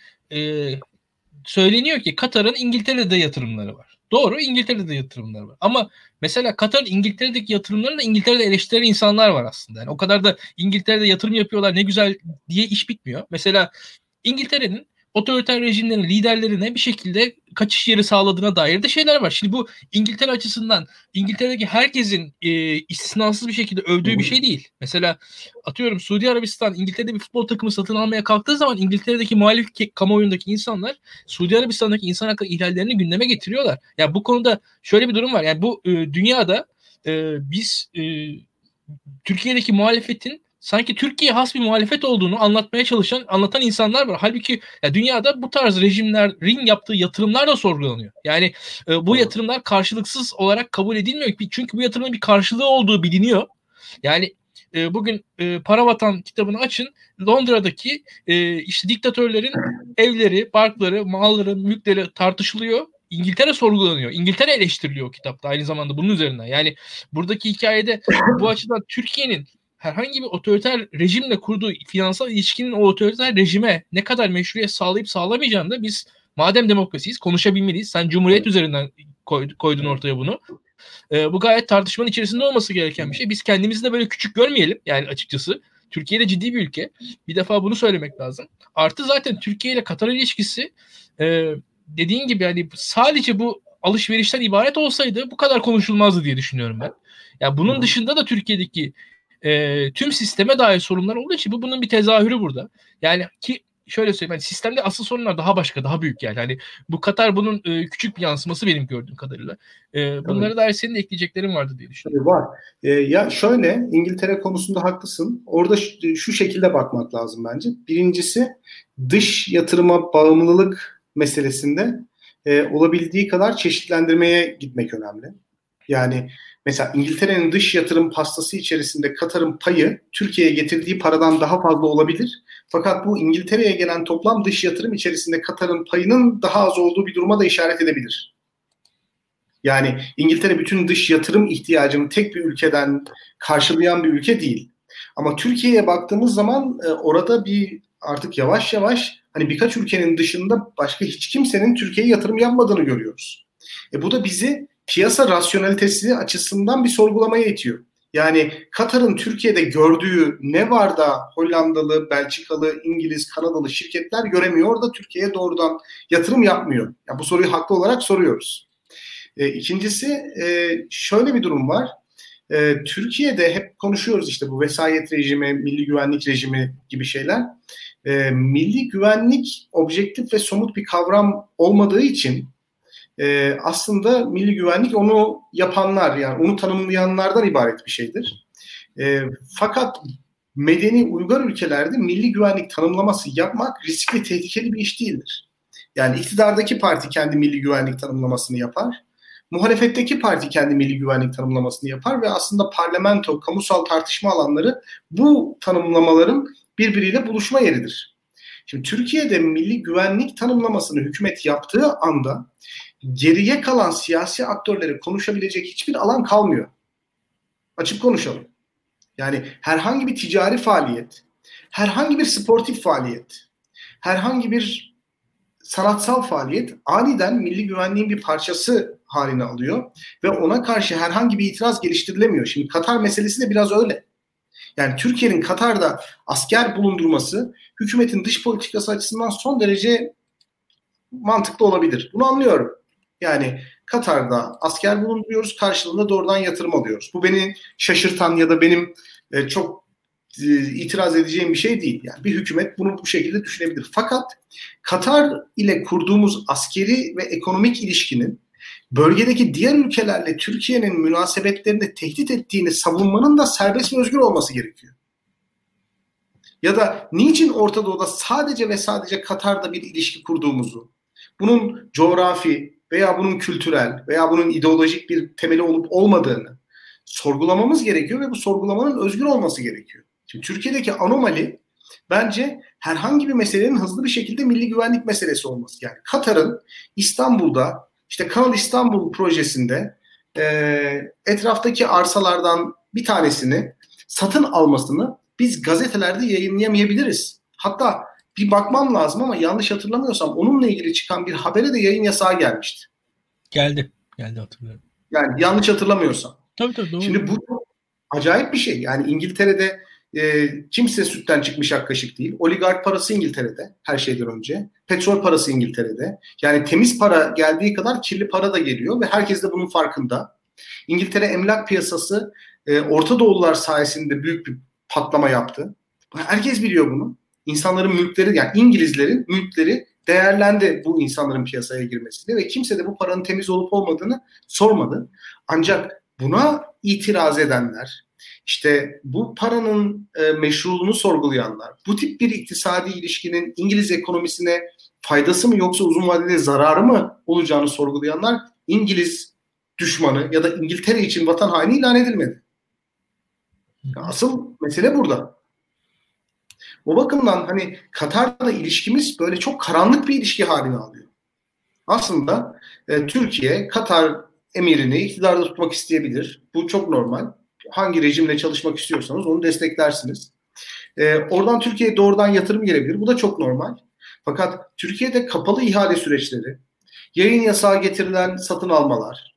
söyleniyor ki Katar'ın İngiltere'de yatırımları var. Doğru, İngiltere'de yatırımları var. Ama mesela Katar'ın İngiltere'deki yatırımlarını da İngiltere'de eleştiren insanlar var aslında. Yani o kadar da İngiltere'de yatırım yapıyorlar ne güzel diye iş bitmiyor. Mesela İngiltere'nin otoriter rejimlerin liderlerine bir şekilde kaçış yeri sağladığına dair de şeyler var. Şimdi bu İngiltere açısından İngiltere'deki herkesin istisnasız bir şekilde övdüğü bir şey değil. Mesela atıyorum Suudi Arabistan İngiltere'de bir futbol takımı satın almaya kalktığı zaman İngiltere'deki muhalif kamuoyundaki insanlar Suudi Arabistan'daki insan hakları ihlallerini gündeme getiriyorlar. Yani bu konuda şöyle bir durum var. Yani bu dünyada biz Türkiye'deki muhalefetin sanki Türkiye has bir muhalefet olduğunu anlatan insanlar var. Halbuki ya dünyada bu tarz rejimlerin yaptığı yatırımlar da sorgulanıyor. Yani bu yatırımlar karşılıksız olarak kabul edilmiyor. Çünkü bu yatırımın bir karşılığı olduğu biliniyor. Yani bugün Para Vatan kitabını açın. Londra'daki işte diktatörlerin evleri, parkları, malları, mülkleri tartışılıyor. İngiltere sorgulanıyor. İngiltere eleştiriliyor o kitapta aynı zamanda bunun üzerinden. Yani buradaki hikayede bu açıdan Türkiye'nin herhangi bir otoriter rejimle kurduğu finansal ilişkinin o otoriter rejime ne kadar meşruiyet sağlayıp sağlamayacağını da biz madem demokrasiyiz konuşabilmeliyiz. Sen Cumhuriyet üzerinden koydun ortaya bunu. Bu gayet tartışmanın içerisinde olması gereken bir şey. Biz kendimizi de böyle küçük görmeyelim yani açıkçası. Türkiye'de ciddi bir ülke. Bir defa bunu söylemek lazım. Artı zaten Türkiye ile Katar ilişkisi dediğin gibi yani sadece bu alışverişten ibaret olsaydı bu kadar konuşulmazdı diye düşünüyorum ben. Yani bunun dışında da Türkiye'deki tüm sisteme dair sorunlar olduğu için bunun bir tezahürü burada. Yani ki şöyle söyleyeyim, yani sistemde asıl sorunlar daha başka, daha büyük yani. Hani bu Katar bunun küçük bir yansıması benim gördüğüm kadarıyla. Bunlara dair senin de ekleyeceklerin vardı diye düşünüyorum. Var. Ya şöyle, İngiltere konusunda haklısın. Orada şu şekilde bakmak lazım bence. Birincisi dış yatırıma bağımlılık meselesinde olabildiği kadar çeşitlendirmeye gitmek önemli. Yani mesela İngiltere'nin dış yatırım pastası içerisinde Katar'ın payı Türkiye'ye getirdiği paradan daha fazla olabilir. Fakat bu İngiltere'ye gelen toplam dış yatırım içerisinde Katar'ın payının daha az olduğu bir duruma da işaret edebilir. Yani İngiltere bütün dış yatırım ihtiyacını tek bir ülkeden karşılayan bir ülke değil. Ama Türkiye'ye baktığımız zaman orada bir artık yavaş yavaş hani birkaç ülkenin dışında başka hiç kimsenin Türkiye'ye yatırım yapmadığını görüyoruz. Bu da bizi piyasa rasyonalitesi açısından bir sorgulamaya itiyor. Yani Katar'ın Türkiye'de gördüğü ne var da Hollandalı, Belçikalı, İngiliz, Kanadalı şirketler göremiyor da Türkiye'ye doğrudan yatırım yapmıyor. Yani bu soruyu haklı olarak soruyoruz. İkincisi şöyle bir durum var. Türkiye'de hep konuşuyoruz işte bu vesayet rejimi, milli güvenlik rejimi gibi şeyler. Milli güvenlik objektif ve somut bir kavram olmadığı için aslında milli güvenlik onu yapanlar yani onu tanımlayanlardan ibaret bir şeydir. Fakat medeni uygar ülkelerde milli güvenlik tanımlaması yapmak riskli, tehlikeli bir iş değildir. Yani iktidardaki parti kendi milli güvenlik tanımlamasını yapar. Muhalefetteki parti kendi milli güvenlik tanımlamasını yapar ve aslında parlamento, kamusal tartışma alanları bu tanımlamaların birbiriyle buluşma yeridir. Şimdi Türkiye'de milli güvenlik tanımlamasını hükümet yaptığı anda geriye kalan siyasi aktörleri konuşabilecek hiçbir alan kalmıyor. Açık konuşalım. Yani herhangi bir ticari faaliyet, herhangi bir sportif faaliyet, herhangi bir sanatsal faaliyet aniden milli güvenliğin bir parçası haline alıyor ve ona karşı herhangi bir itiraz geliştirilemiyor. Şimdi Katar meselesi de biraz öyle. Yani Türkiye'nin Katar'da asker bulundurması hükümetin dış politikası açısından son derece mantıklı olabilir. Bunu anlıyorum. Yani Katar'da asker bulunduruyoruz, karşılığında doğrudan yatırım alıyoruz. Bu beni şaşırtan ya da benim çok itiraz edeceğim bir şey değil. Yani bir hükümet bunu bu şekilde düşünebilir. Fakat Katar ile kurduğumuz askeri ve ekonomik ilişkinin bölgedeki diğer ülkelerle Türkiye'nin münasebetlerini tehdit ettiğini savunmanın da serbest ve özgür olması gerekiyor. Ya da niçin Orta Doğu'da sadece ve sadece Katar'da bir ilişki kurduğumuzu, bunun coğrafi veya bunun kültürel veya bunun ideolojik bir temeli olup olmadığını sorgulamamız gerekiyor ve bu sorgulamanın özgür olması gerekiyor. Şimdi Türkiye'deki anomali bence herhangi bir meselenin hızlı bir şekilde milli güvenlik meselesi olması. Yani Katar'ın İstanbul'da işte Kanal İstanbul projesinde etraftaki arsalardan bir tanesini satın almasını biz gazetelerde yayınlayamayabiliriz. Hatta bir bakmam lazım ama yanlış hatırlamıyorsam onunla ilgili çıkan bir habere de yayın yasağı gelmişti. Geldi hatırlıyorum. Yani yanlış hatırlamıyorsam. Tabii doğru. Şimdi bu çok acayip bir şey. Yani İngiltere'de kimse sütten çıkmış ak kaşık değil. Oligark parası İngiltere'de her şeyden önce. Petrol parası İngiltere'de. Yani temiz para geldiği kadar kirli para da geliyor ve herkes de bunun farkında. İngiltere emlak piyasası Orta Doğulular sayesinde büyük bir patlama yaptı. Herkes biliyor bunu. İnsanların mülkleri, yani İngilizlerin mülkleri değerlendi bu insanların piyasaya girmesiyle ve kimse de bu paranın temiz olup olmadığını sormadı. Ancak buna itiraz edenler, işte bu paranın meşruluğunu sorgulayanlar, bu tip bir iktisadi ilişkinin İngiliz ekonomisine faydası mı yoksa uzun vadede zararı mı olacağını sorgulayanlar İngiliz düşmanı ya da İngiltere için vatan haini ilan edilmedi. Asıl mesele burada. O bakımdan hani Katar'la ilişkimiz böyle çok karanlık bir ilişki haline alıyor. Aslında Türkiye Katar emirini iktidarda tutmak isteyebilir. Bu çok normal. Hangi rejimle çalışmak istiyorsanız onu desteklersiniz. Oradan Türkiye'ye doğrudan yatırım gelebilir. Bu da çok normal. Fakat Türkiye'de kapalı ihale süreçleri, yayın yasağı getirilen satın almalar,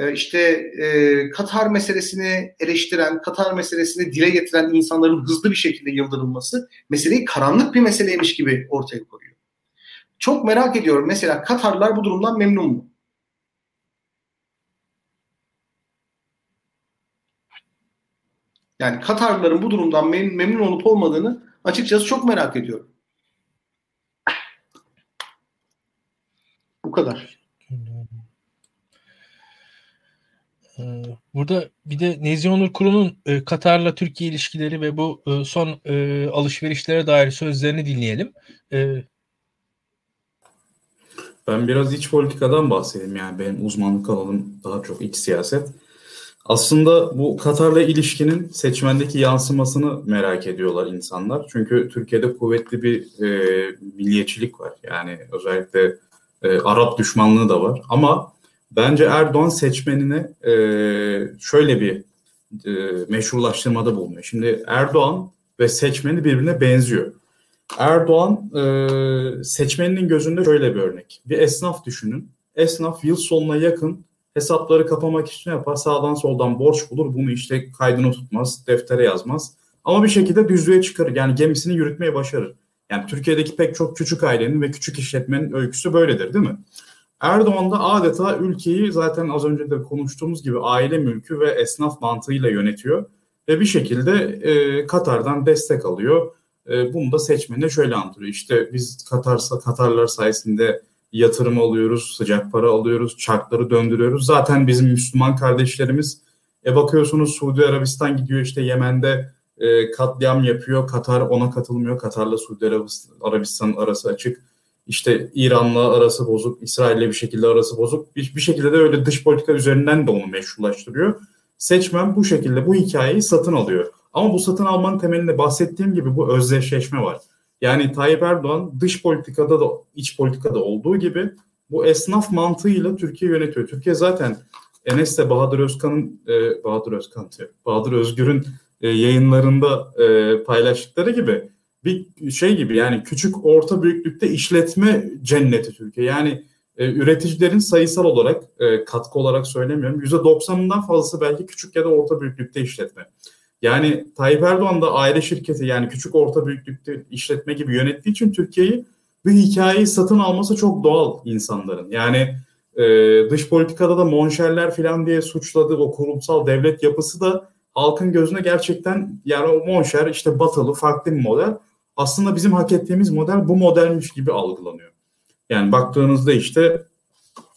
Katar meselesini eleştiren, Katar meselesini dile getiren insanların hızlı bir şekilde yıldırılması meseleyi karanlık bir meseleymiş gibi ortaya koyuyor. Çok merak ediyorum. Mesela Katarlılar bu durumdan memnun mu? Yani Katarlıların bu durumdan memnun olup olmadığını açıkçası çok merak ediyorum. Bu kadar. Burada bir de Nezih Onur Kuru'nun Katar'la Türkiye ilişkileri ve bu son alışverişlere dair sözlerini dinleyelim. Ben biraz iç politikadan bahsedeyim. Yani benim uzmanlık alanım daha çok iç siyaset. Aslında bu Katar'la ilişkinin seçmendeki yansımasını merak ediyorlar insanlar. Çünkü Türkiye'de kuvvetli bir milliyetçilik var. Yani özellikle Arap düşmanlığı da var. Ama bence Erdoğan seçmenine şöyle bir meşrulaştırmada bulunuyor. Şimdi Erdoğan ve seçmeni birbirine benziyor. Erdoğan seçmeninin gözünde şöyle bir örnek. Bir esnaf düşünün. Esnaf yıl sonuna yakın hesapları kapamak için yapar. Sağdan soldan borç bulur. Bunu işte kaydını tutmaz, deftere yazmaz. Ama bir şekilde düzlüğe çıkarır. Yani gemisini yürütmeye başarır. Yani Türkiye'deki pek çok küçük ailenin ve küçük işletmenin öyküsü böyledir, değil mi? Erdoğan da adeta ülkeyi zaten az önce de konuştuğumuz gibi aile mülkü ve esnaf mantığıyla yönetiyor. Ve bir şekilde Katar'dan destek alıyor. Bunu da seçmenine şöyle anlatıyor. İşte biz Katarlar sayesinde yatırım alıyoruz, sıcak para alıyoruz, çarkları döndürüyoruz. Zaten bizim Müslüman kardeşlerimiz bakıyorsunuz Suudi Arabistan gidiyor işte Yemen'de katliam yapıyor. Katar ona katılmıyor. Katar'la Suudi Arabistan arası açık. İşte İran'la arası bozuk, İsrail'le bir şekilde arası bozuk. Bir şekilde de öyle dış politika üzerinden de onu meşrulaştırıyor. Seçmen bu şekilde bu hikayeyi satın alıyor. Ama bu satın almanın temelinde bahsettiğim gibi bu özdeşleşme var. Yani Tayyip Erdoğan dış politikada da iç politikada olduğu gibi bu esnaf mantığıyla Türkiye yönetiyor. Türkiye zaten Enes'le Bahadır Özgür'ün yayınlarında paylaştıkları gibi bir şey gibi, yani küçük orta büyüklükte işletme cenneti Türkiye. Yani üreticilerin sayısal olarak katkı olarak söylemiyorum. %90'ından fazlası belki küçük ya da orta büyüklükte işletme. Yani Tayyip Erdoğan da aile şirketi, yani küçük orta büyüklükte işletme gibi yönettiği için Türkiye'yi, bu hikayeyi satın alması çok doğal insanların. Yani dış politikada da monşerler falan diye suçladığı o kurumsal devlet yapısı da halkın gözüne gerçekten, yani o monşer işte batılı farklı bir model. Aslında bizim hak ettiğimiz model bu modelmiş gibi algılanıyor. Yani baktığınızda işte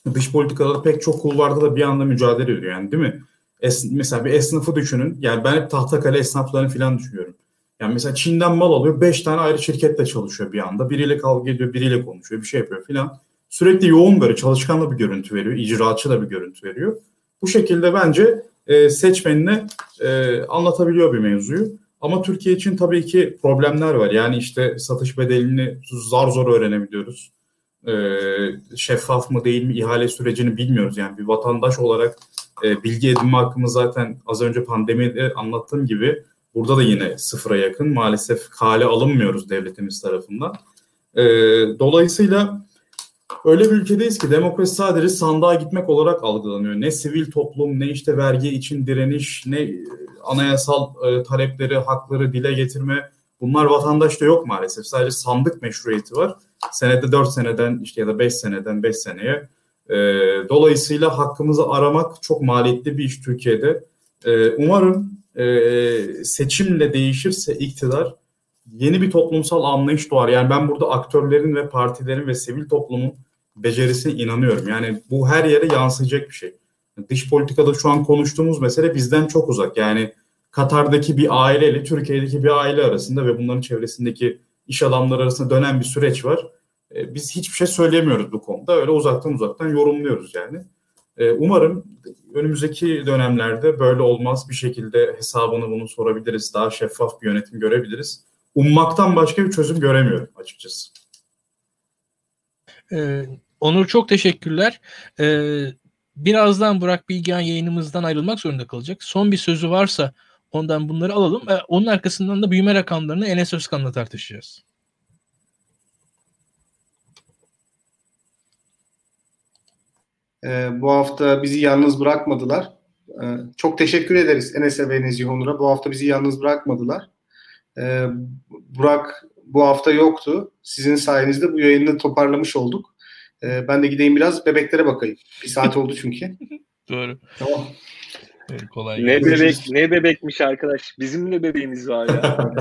Dış politikada pek çok kulvarda da bir anda mücadele ediyor yani, değil mi? Mesela bir esnafı düşünün. Yani ben hep Tahtakale esnaflarını falan düşünüyorum. Yani mesela Çin'den mal alıyor. 5 tane ayrı şirketle çalışıyor bir anda. Biriyle kavga ediyor, biriyle konuşuyor, bir şey yapıyor filan. Sürekli yoğun, böyle çalışkan da bir görüntü veriyor. İcraatçı da bir görüntü veriyor. Bu şekilde bence seçmenine anlatabiliyor bir mevzuyu. Ama Türkiye için tabii ki problemler var. Yani işte satış bedelini zar zor öğrenebiliyoruz. Şeffaf mı değil mi ihale sürecini bilmiyoruz. Yani bir vatandaş olarak bilgi edinme hakkımız zaten az önce pandemide anlattığım gibi burada da yine sıfıra yakın. Maalesef kale alınmıyoruz devletimiz tarafından. Dolayısıyla öyle bir ülkedeyiz ki demokrasi sadece sandığa gitmek olarak algılanıyor. Ne sivil toplum, ne işte vergi için direniş, ne anayasal talepleri, hakları dile getirme. Bunlar vatandaşta yok maalesef. Sadece sandık meşruiyeti var. Senede 4 seneden işte ya da 5 seneden 5 seneye. Dolayısıyla hakkımızı aramak çok maliyetli bir iş Türkiye'de. Umarım seçimle değişirse iktidar, yeni bir toplumsal anlayış doğar. Yani ben burada aktörlerin ve partilerin ve sivil toplumun becerisine inanıyorum. Yani bu her yere yansıyacak bir şey. Dış politikada şu an konuştuğumuz mesele bizden çok uzak. Yani Katar'daki bir aileyle Türkiye'deki bir aile arasında ve bunların çevresindeki iş adamları arasında dönen bir süreç var. Biz hiçbir şey söyleyemiyoruz bu konuda. Öyle uzaktan yorumluyoruz yani. Umarım önümüzdeki dönemlerde böyle olmaz. Bir şekilde hesabını bunu sorabiliriz. Daha şeffaf bir yönetim görebiliriz. Ummaktan başka bir çözüm göremiyorum açıkçası. Onur, çok teşekkürler. Birazdan Burak Bilgehan yayınımızdan ayrılmak zorunda kalacak. Son bir sözü varsa ondan bunları alalım. Onun arkasından da büyüme rakamlarını Enes Özkan'la tartışacağız. Bu hafta bizi yalnız bırakmadılar. Çok teşekkür ederiz Enes'e ve Nezih Onur'a. Bu hafta bizi yalnız bırakmadılar. Burak bu hafta yoktu. Sizin sayenizde bu yayını toparlamış olduk. Ben de gideyim biraz bebeklere bakayım. Bir saat oldu çünkü. Doğru. Tamam. Evet, kolay gelsin. Ne bebekmiş arkadaş. Bizim de bebeğimiz var ya.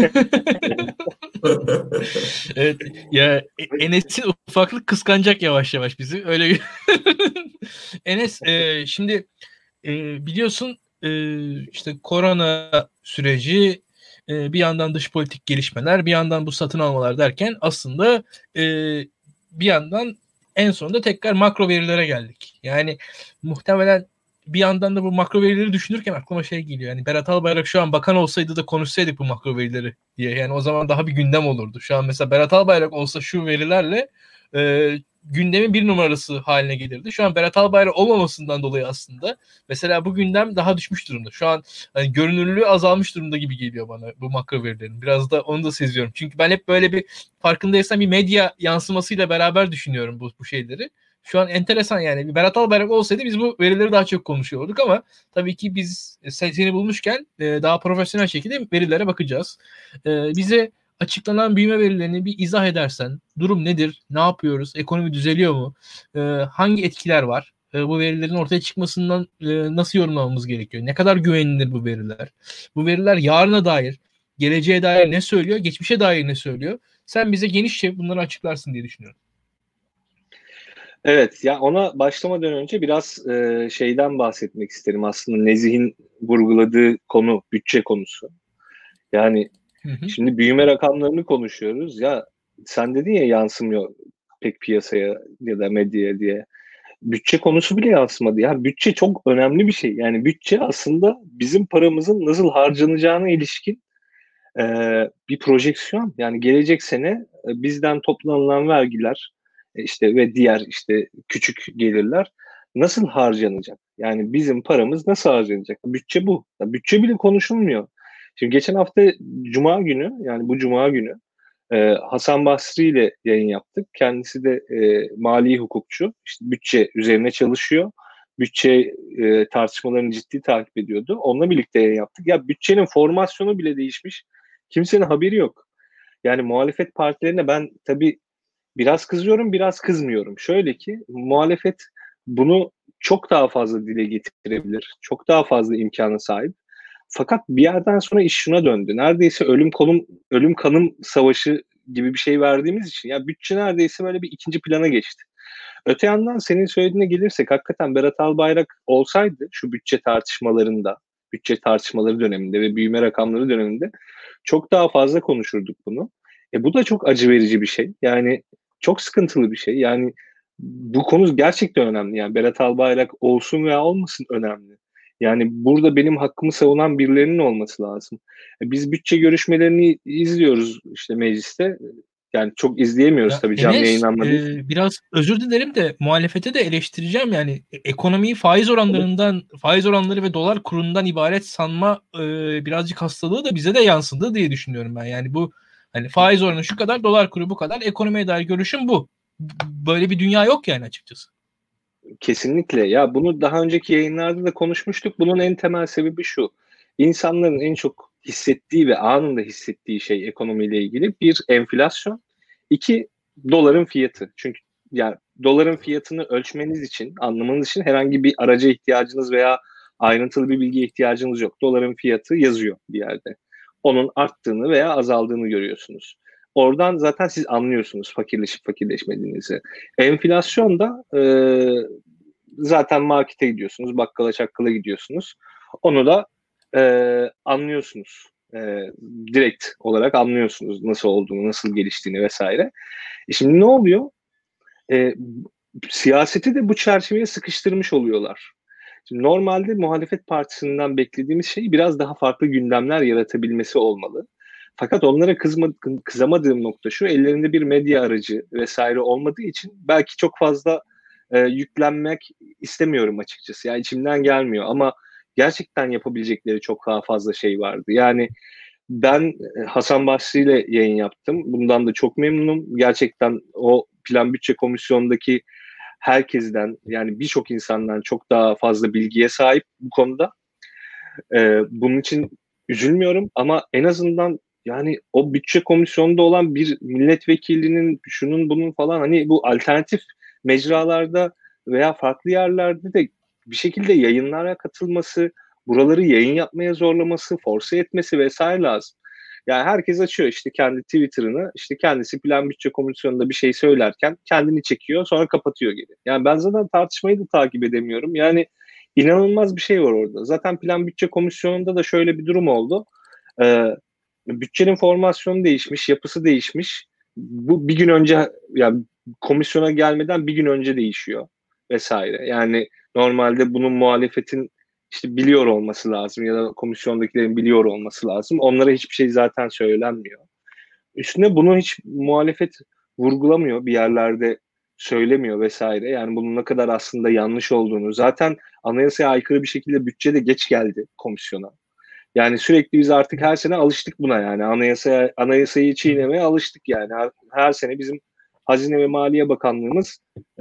Evet ya, Enes'in ufaklık kıskanacak yavaş yavaş bizi. Öyle. Enes, şimdi biliyorsun işte korona süreci, bir yandan dış politik gelişmeler, bir yandan bu satın almalar derken aslında bir yandan en sonunda tekrar makro verilere geldik. Yani muhtemelen bir yandan da bu makro verileri düşünürken aklıma şey geliyor. Yani Berat Albayrak şu an bakan olsaydı da konuşsaydık bu makro verileri diye. Yani o zaman daha bir gündem olurdu. Şu an mesela Berat Albayrak olsa şu verilerle gündemin bir numarası haline gelirdi. Şu an Berat Albayrak olmamasından dolayı aslında mesela bu gündem daha düşmüş durumda. Şu an hani görünürlüğü azalmış durumda gibi geliyor bana bu makro verilerin. Biraz da onu da seziyorum. Çünkü ben hep böyle bir, farkındaysan, bir medya yansımasıyla beraber düşünüyorum bu şeyleri. Şu an enteresan yani. Berat Albayrak olsaydı biz bu verileri daha çok konuşuyorduk ama tabii ki biz seni bulmuşken daha profesyonel şekilde verilere bakacağız. Bize açıklanan büyüme verilerini bir izah edersen, durum nedir, ne yapıyoruz, ekonomi düzeliyor mu, hangi etkiler var, bu verilerin ortaya çıkmasından nasıl yorumlamamız gerekiyor, ne kadar güvenilir bu veriler, bu veriler yarına dair, geleceğe dair ne söylüyor, geçmişe dair ne söylüyor, sen bize genişçe bunları açıklarsın diye düşünüyorum. Evet, ya ona başlamadan önce biraz şeyden bahsetmek isterim. Aslında Nezih'in vurguladığı konu bütçe konusu. Yani şimdi büyüme rakamlarını konuşuyoruz. Ya sen dedin ya yansımıyor pek piyasaya ya da medyaya diye. Bütçe konusu bile yansımadı. Ya bütçe çok önemli bir şey. Yani bütçe aslında bizim paramızın nasıl harcanacağına ilişkin bir projeksiyon. Yani gelecek sene bizden toplanılan vergiler işte ve diğer işte küçük gelirler nasıl harcanacak? Yani bizim paramız nasıl harcanacak? Bütçe bu. Ya bütçe bile konuşulmuyor. Şimdi geçen hafta Cuma günü, yani bu Cuma günü Hasan Basri ile yayın yaptık. Kendisi de mali hukukçu. İşte bütçe üzerine çalışıyor. Bütçe tartışmalarını ciddi takip ediyordu. Onunla birlikte yayın yaptık. Ya bütçenin formasyonu bile değişmiş. Kimsenin haberi yok. Yani muhalefet partilerine ben tabii biraz kızıyorum, biraz kızmıyorum. Şöyle ki muhalefet bunu çok daha fazla dile getirebilir. Çok daha fazla imkana sahip. Fakat bir yerden sonra iş şuna döndü. Neredeyse ölüm kanım savaşı gibi bir şey verdiğimiz için ya bütçe neredeyse böyle bir ikinci plana geçti. Öte yandan senin söylediğine gelirsek hakikaten Berat Albayrak olsaydı şu bütçe tartışmaları döneminde ve büyüme rakamları döneminde çok daha fazla konuşurduk bunu. Bu da çok acı verici bir şey. Yani çok sıkıntılı bir şey. Yani bu konu gerçekten önemli. Yani Berat Albayrak olsun veya olmasın önemli. Yani burada benim hakkımı savunan birilerinin olması lazım. Biz bütçe görüşmelerini izliyoruz işte mecliste. Yani çok izleyemiyoruz Ya tabii canlı Enes, yayınlanmadığı. biraz özür dilerim de muhalefete de eleştireceğim yani ekonomiyi faiz oranları ve dolar kurundan ibaret sanma birazcık hastalığı da bize de yansıdı diye düşünüyorum ben. Yani bu hani faiz oranı şu kadar, dolar kuru bu kadar, ekonomiye dair görüşüm bu. Böyle bir dünya yok yani açıkçası. Kesinlikle. Ya bunu daha önceki yayınlarda da konuşmuştuk. Bunun en temel sebebi şu. İnsanların en çok hissettiği ve anında hissettiği şey ekonomiyle ilgili bir enflasyon, iki doların fiyatı. Çünkü yani doların fiyatını ölçmeniz için, anlamanız için herhangi bir araca ihtiyacınız veya ayrıntılı bir bilgiye ihtiyacınız yok. Doların fiyatı yazıyor bir yerde. Onun arttığını veya azaldığını görüyorsunuz. Oradan zaten siz anlıyorsunuz fakirleşip fakirleşmediğinizi. Enflasyon da zaten markete gidiyorsunuz, bakkala çakkala gidiyorsunuz. Onu da anlıyorsunuz. Direkt olarak anlıyorsunuz nasıl olduğunu, nasıl geliştiğini vesaire. Şimdi ne oluyor? Siyaseti de bu çerçeveye sıkıştırmış oluyorlar. Şimdi normalde muhalefet partisinden beklediğimiz şey biraz daha farklı gündemler yaratabilmesi olmalı. Fakat onlara kızamadığım nokta şu, ellerinde bir medya aracı vesaire olmadığı için belki çok fazla yüklenmek istemiyorum açıkçası. Yani içimden gelmiyor ama gerçekten yapabilecekleri çok daha fazla şey vardı. Yani ben Hasan Basri ile yayın yaptım. Bundan da çok memnunum. Gerçekten o Plan Bütçe Komisyonu'ndaki herkesten yani birçok insandan çok daha fazla bilgiye sahip bu konuda. Bunun için üzülmüyorum ama en azından yani o bütçe komisyonunda olan bir milletvekilinin şunun bunun falan hani bu alternatif mecralarda veya farklı yerlerde de bir şekilde yayınlara katılması, buraları yayın yapmaya zorlaması, force etmesi vesaire lazım. Yani herkes açıyor işte kendi Twitter'ını, işte kendisi Plan Bütçe Komisyonu'nda bir şey söylerken kendini çekiyor, sonra kapatıyor geri. Yani ben zaten tartışmayı da takip edemiyorum. Yani inanılmaz bir şey var orada. Zaten Plan Bütçe Komisyonu'nda da şöyle bir durum oldu. Bütçenin formasyonu değişmiş, yapısı değişmiş. Bu bir gün önce yani komisyona gelmeden bir gün önce değişiyor vesaire. Yani normalde bunun muhalefetin işte biliyor olması lazım ya da komisyondakilerin biliyor olması lazım. Onlara hiçbir şey zaten söylenmiyor. Üstüne bunu hiç muhalefet vurgulamıyor, bir yerlerde söylemiyor vesaire. Yani bunun ne kadar aslında yanlış olduğunu. Zaten anayasaya aykırı bir şekilde bütçe de geç geldi komisyona. Yani sürekli biz artık her sene alıştık buna yani. Anayasayı çiğnemeye alıştık yani. Her sene bizim Hazine ve Maliye Bakanlığımız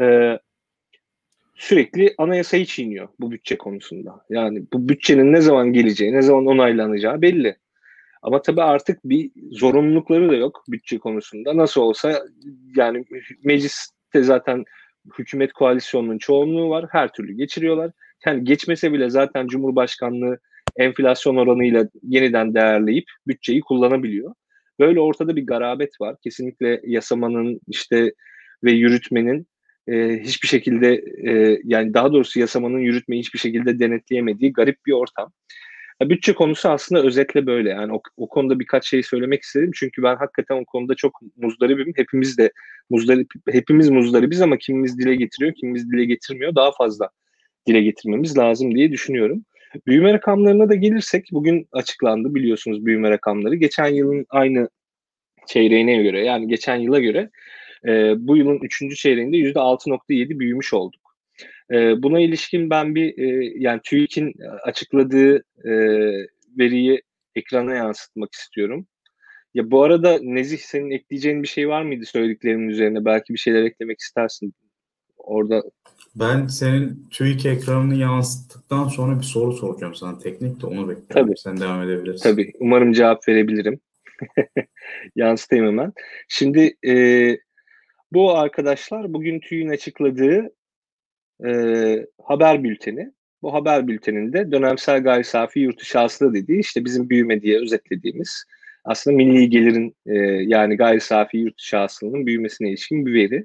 sürekli anayasayı çiğniyor bu bütçe konusunda. Yani bu bütçenin ne zaman geleceği, ne zaman onaylanacağı belli. Ama tabii artık bir zorunlulukları da yok bütçe konusunda. Nasıl olsa yani mecliste zaten hükümet koalisyonunun çoğunluğu var. Her türlü geçiriyorlar. Yani geçmese bile zaten Cumhurbaşkanlığı enflasyon oranıyla yeniden değerleyip bütçeyi kullanabiliyor. Böyle ortada bir garabet var. Kesinlikle yasamanın işte ve yürütmenin hiçbir şekilde yani daha doğrusu yasamanın yürütmeyi hiçbir şekilde denetleyemediği garip bir ortam. Bütçe konusu aslında özetle böyle. Yani o konuda birkaç şey söylemek istedim. Çünkü ben hakikaten o konuda çok muzdaribim. Hepimiz muzdaribiz ama kimimiz dile getiriyor, kimimiz dile getirmiyor. Daha fazla dile getirmemiz lazım diye düşünüyorum. Büyüme rakamlarına da gelirsek bugün açıklandı biliyorsunuz büyüme rakamları. Geçen yılın aynı çeyreğine göre yani geçen yıla göre bu yılın 3. çeyreğinde %6.7 büyümüş olduk. Buna ilişkin ben yani TÜİK'in açıkladığı veriyi ekrana yansıtmak istiyorum. Ya bu arada Nezih senin ekleyeceğin bir şey var mıydı söylediklerimin üzerine? Belki bir şeyler eklemek istersin orada. Ben senin TÜİK ekranını yansıttıktan sonra bir soru soracağım sana. Teknik de onu bekliyorum. Tabii. Sen devam edebilirsin. Tabii. Umarım cevap verebilirim. Yansıtayım hemen. Şimdi bu arkadaşlar bugün TÜİK'in açıkladığı haber bülteni. Bu haber bülteninde dönemsel gayri safi yurt dışı hasıla dediği işte bizim büyüme diye özetlediğimiz aslında milli gelirin yani gayri safi yurt dışı hasılanın büyümesine ilişkin bir veri.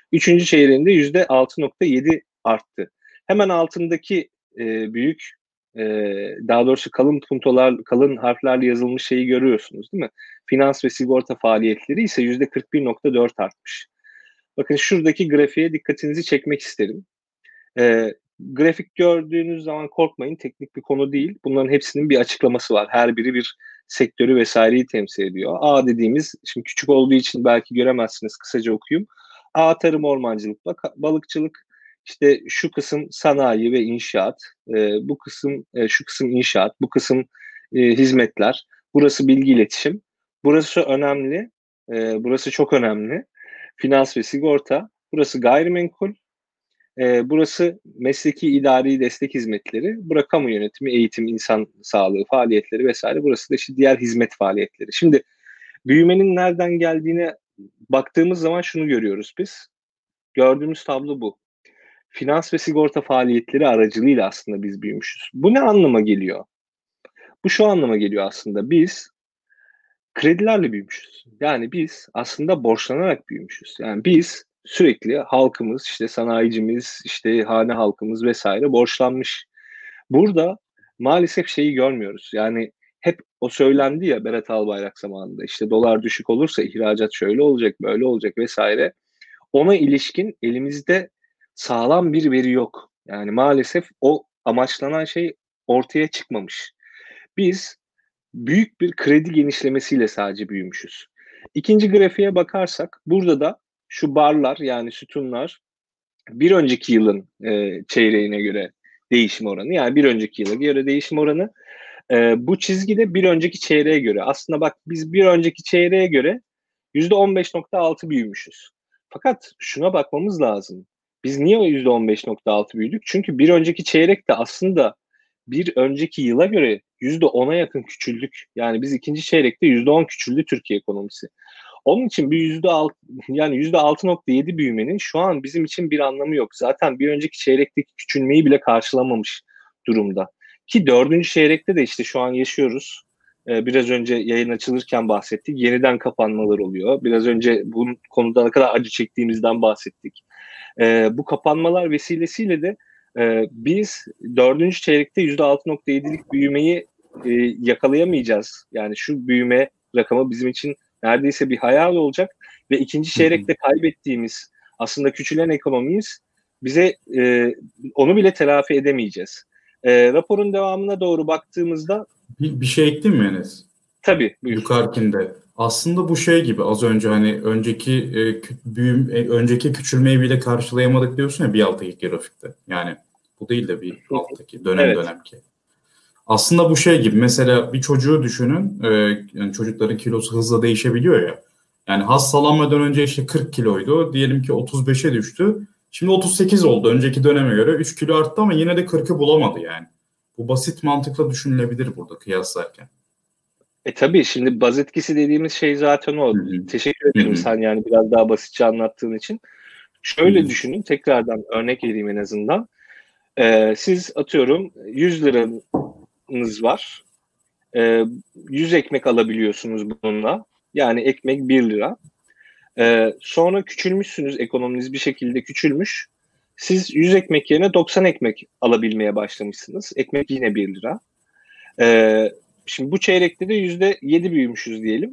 Üçüncü çeyreğinde %6.7 arttı. Hemen altındaki büyük, daha doğrusu kalın harflerle yazılmış şeyi görüyorsunuz değil mi? Finans ve sigorta faaliyetleri ise %41.4 artmış. Bakın şuradaki grafiğe dikkatinizi çekmek isterim. Grafik gördüğünüz zaman korkmayın, teknik bir konu değil. Bunların hepsinin bir açıklaması var. Her biri bir sektörü vesaireyi temsil ediyor. A dediğimiz, şimdi küçük olduğu için belki göremezsiniz, kısaca okuyayım. A tarım ormancılık, balıkçılık, işte şu kısım sanayi ve inşaat, bu kısım şu kısım inşaat, bu kısım hizmetler, burası bilgi iletişim, burası önemli, burası çok önemli, finans ve sigorta, burası gayrimenkul, burası mesleki idari destek hizmetleri, burası kamu yönetimi, eğitim, insan sağlığı faaliyetleri vesaire, burası da işte diğer hizmet faaliyetleri. Şimdi büyümenin nereden geldiğine baktığımız zaman şunu görüyoruz biz. Gördüğümüz tablo bu. Finans ve sigorta faaliyetleri aracılığıyla aslında biz büyümüşüz. Bu ne anlama geliyor? Bu şu anlama geliyor aslında. Biz kredilerle büyümüşüz. Yani biz aslında borçlanarak büyümüşüz. Yani biz sürekli halkımız, işte sanayicimiz, işte hane halkımız vesaire borçlanmış. Burada maalesef şeyi görmüyoruz. Yani hep o söylendi ya Berat Albayrak zamanında. İşte dolar düşük olursa ihracat şöyle olacak, böyle olacak vesaire. Ona ilişkin elimizde sağlam bir veri yok. Yani maalesef o amaçlanan şey ortaya çıkmamış. Biz büyük bir kredi genişlemesiyle sadece büyümüşüz. İkinci grafiğe bakarsak burada da şu barlar, yani sütunlar bir önceki yılın çeyreğine göre değişim oranı, yani bir önceki yıla göre değişim oranı. Bu çizgide bir önceki çeyreğe göre. Aslında bak, biz bir önceki çeyreğe göre %15.6 büyümüşüz. Fakat şuna bakmamız lazım. Biz niye o %15.6 büyüdük? Çünkü bir önceki çeyrekte aslında bir önceki yıla göre %10'a yakın küçüldük. Yani biz ikinci çeyrekte %10 küçüldü Türkiye ekonomisi. Onun için bir %6, yani %6.7 büyümenin şu an bizim için bir anlamı yok. Zaten bir önceki çeyrekteki küçülmeyi bile karşılamamış durumda. Ki dördüncü çeyrekte de işte şu an yaşıyoruz. Biraz önce yayın açılırken bahsettik. Yeniden kapanmalar oluyor. Biraz önce bu konuda ne kadar acı çektiğimizden bahsettik. Bu kapanmalar vesilesiyle de biz dördüncü çeyrekte %6.7'lik büyümeyi yakalayamayacağız. Yani şu büyüme rakamı bizim için neredeyse bir hayal olacak ve ikinci çeyrekte kaybettiğimiz aslında küçülen ekonomimiz bize onu bile telafi edemeyeceğiz. Raporun devamına doğru baktığımızda bir şey ekleyeyim mi Enes? Tabii, buyur. Yukarıkinde. Aslında bu şey gibi, az önce hani önceki küçülmeyi bile karşılayamadık diyorsun ya bir alttaki grafikte. Yani bu değil de bir alttaki dönemki. Aslında bu şey gibi, mesela bir çocuğu düşünün, yani çocukların kilosu hızla değişebiliyor ya. Yani hastalanmadan önce işte 40 kiloydu, diyelim ki 35'e düştü. Şimdi 38 oldu, önceki döneme göre 3 kilo arttı ama yine de 40'ı bulamadı yani. Bu basit mantıkla düşünülebilir burada kıyaslarken. Tabii şimdi baz etkisi dediğimiz şey zaten o. Teşekkür ederim sen yani biraz daha basitçe anlattığın için. Şöyle düşünün, tekrardan örnek vereyim en azından. Siz atıyorum 100 liranız var. 100 ekmek alabiliyorsunuz bununla. Yani ekmek 1 lira. Sonra küçülmüşsünüz, ekonominiz bir şekilde küçülmüş. Siz 100 ekmek yerine 90 ekmek alabilmeye başlamışsınız. Ekmek yine 1 lira. Şimdi bu çeyrekte de %7 büyümüşüz diyelim.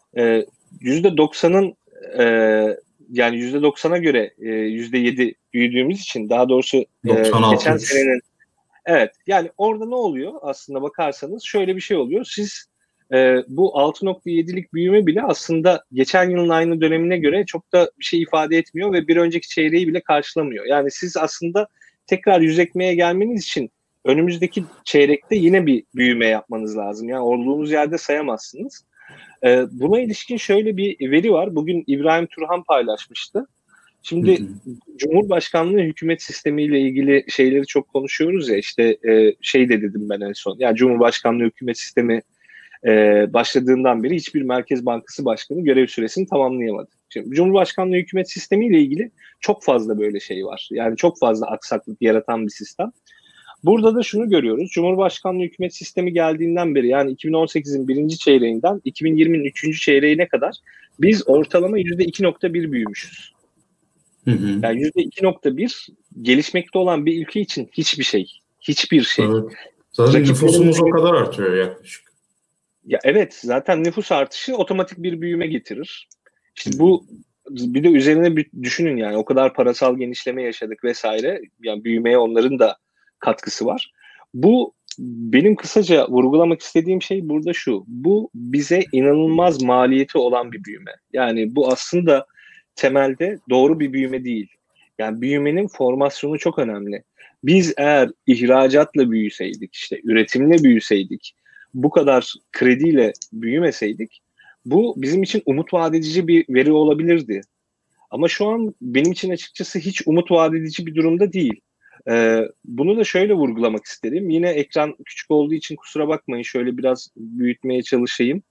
%90'ın yani %90'a göre %7 büyüdüğümüz için, daha doğrusu geçen senenin, evet, yani orada ne oluyor aslında bakarsanız şöyle bir şey oluyor. Siz bu 6.7'lik büyüme bile aslında geçen yılın aynı dönemine göre çok da bir şey ifade etmiyor ve bir önceki çeyreği bile karşılamıyor. Yani siz aslında tekrar 100 ekmeğe gelmeniz için önümüzdeki çeyrekte yine bir büyüme yapmanız lazım. Yani olduğunuz yerde sayamazsınız. Buna ilişkin şöyle bir veri var. Bugün İbrahim Turhan paylaşmıştı. Şimdi Cumhurbaşkanlığı hükümet sistemiyle ilgili şeyleri çok konuşuyoruz ya, işte şey de dedim ben en son. Yani Cumhurbaşkanlığı hükümet sistemi başladığından beri hiçbir Merkez Bankası Başkanı görev süresini tamamlayamadı. Şimdi Cumhurbaşkanlığı hükümet sistemiyle ilgili çok fazla böyle şey var. Yani çok fazla aksaklık yaratan bir sistem. Burada da şunu görüyoruz. Cumhurbaşkanlığı hükümet sistemi geldiğinden beri, yani 2018'in birinci çeyreğinden 2020'nin üçüncü çeyreğine kadar biz ortalama %2.1 büyümüşüz. Yani %2.1 gelişmekte olan bir ülke için hiçbir şey. Hiçbir şey. Evet. Zaten nüfusumuz o kadar artıyor yaklaşık. Ya evet, zaten nüfus artışı otomatik bir büyüme getirir. İşte bu, bir de üzerine bir düşünün yani, o kadar parasal genişleme yaşadık vesaire. Yani büyümeye onların da katkısı var. Bu, benim kısaca vurgulamak istediğim şey burada şu. Bu bize inanılmaz maliyeti olan bir büyüme. Yani bu aslında temelde doğru bir büyüme değil. Yani büyümenin formasyonu çok önemli. Biz eğer ihracatla büyüseydik, işte üretimle büyüseydik, bu kadar krediyle büyümeseydik, bu bizim için umut vaat edici bir veri olabilirdi. Ama şu an benim için açıkçası hiç umut vaat edici bir durumda değil. Bunu da şöyle vurgulamak isterim. Yine ekran küçük olduğu için kusura bakmayın. Şöyle biraz büyütmeye çalışayım.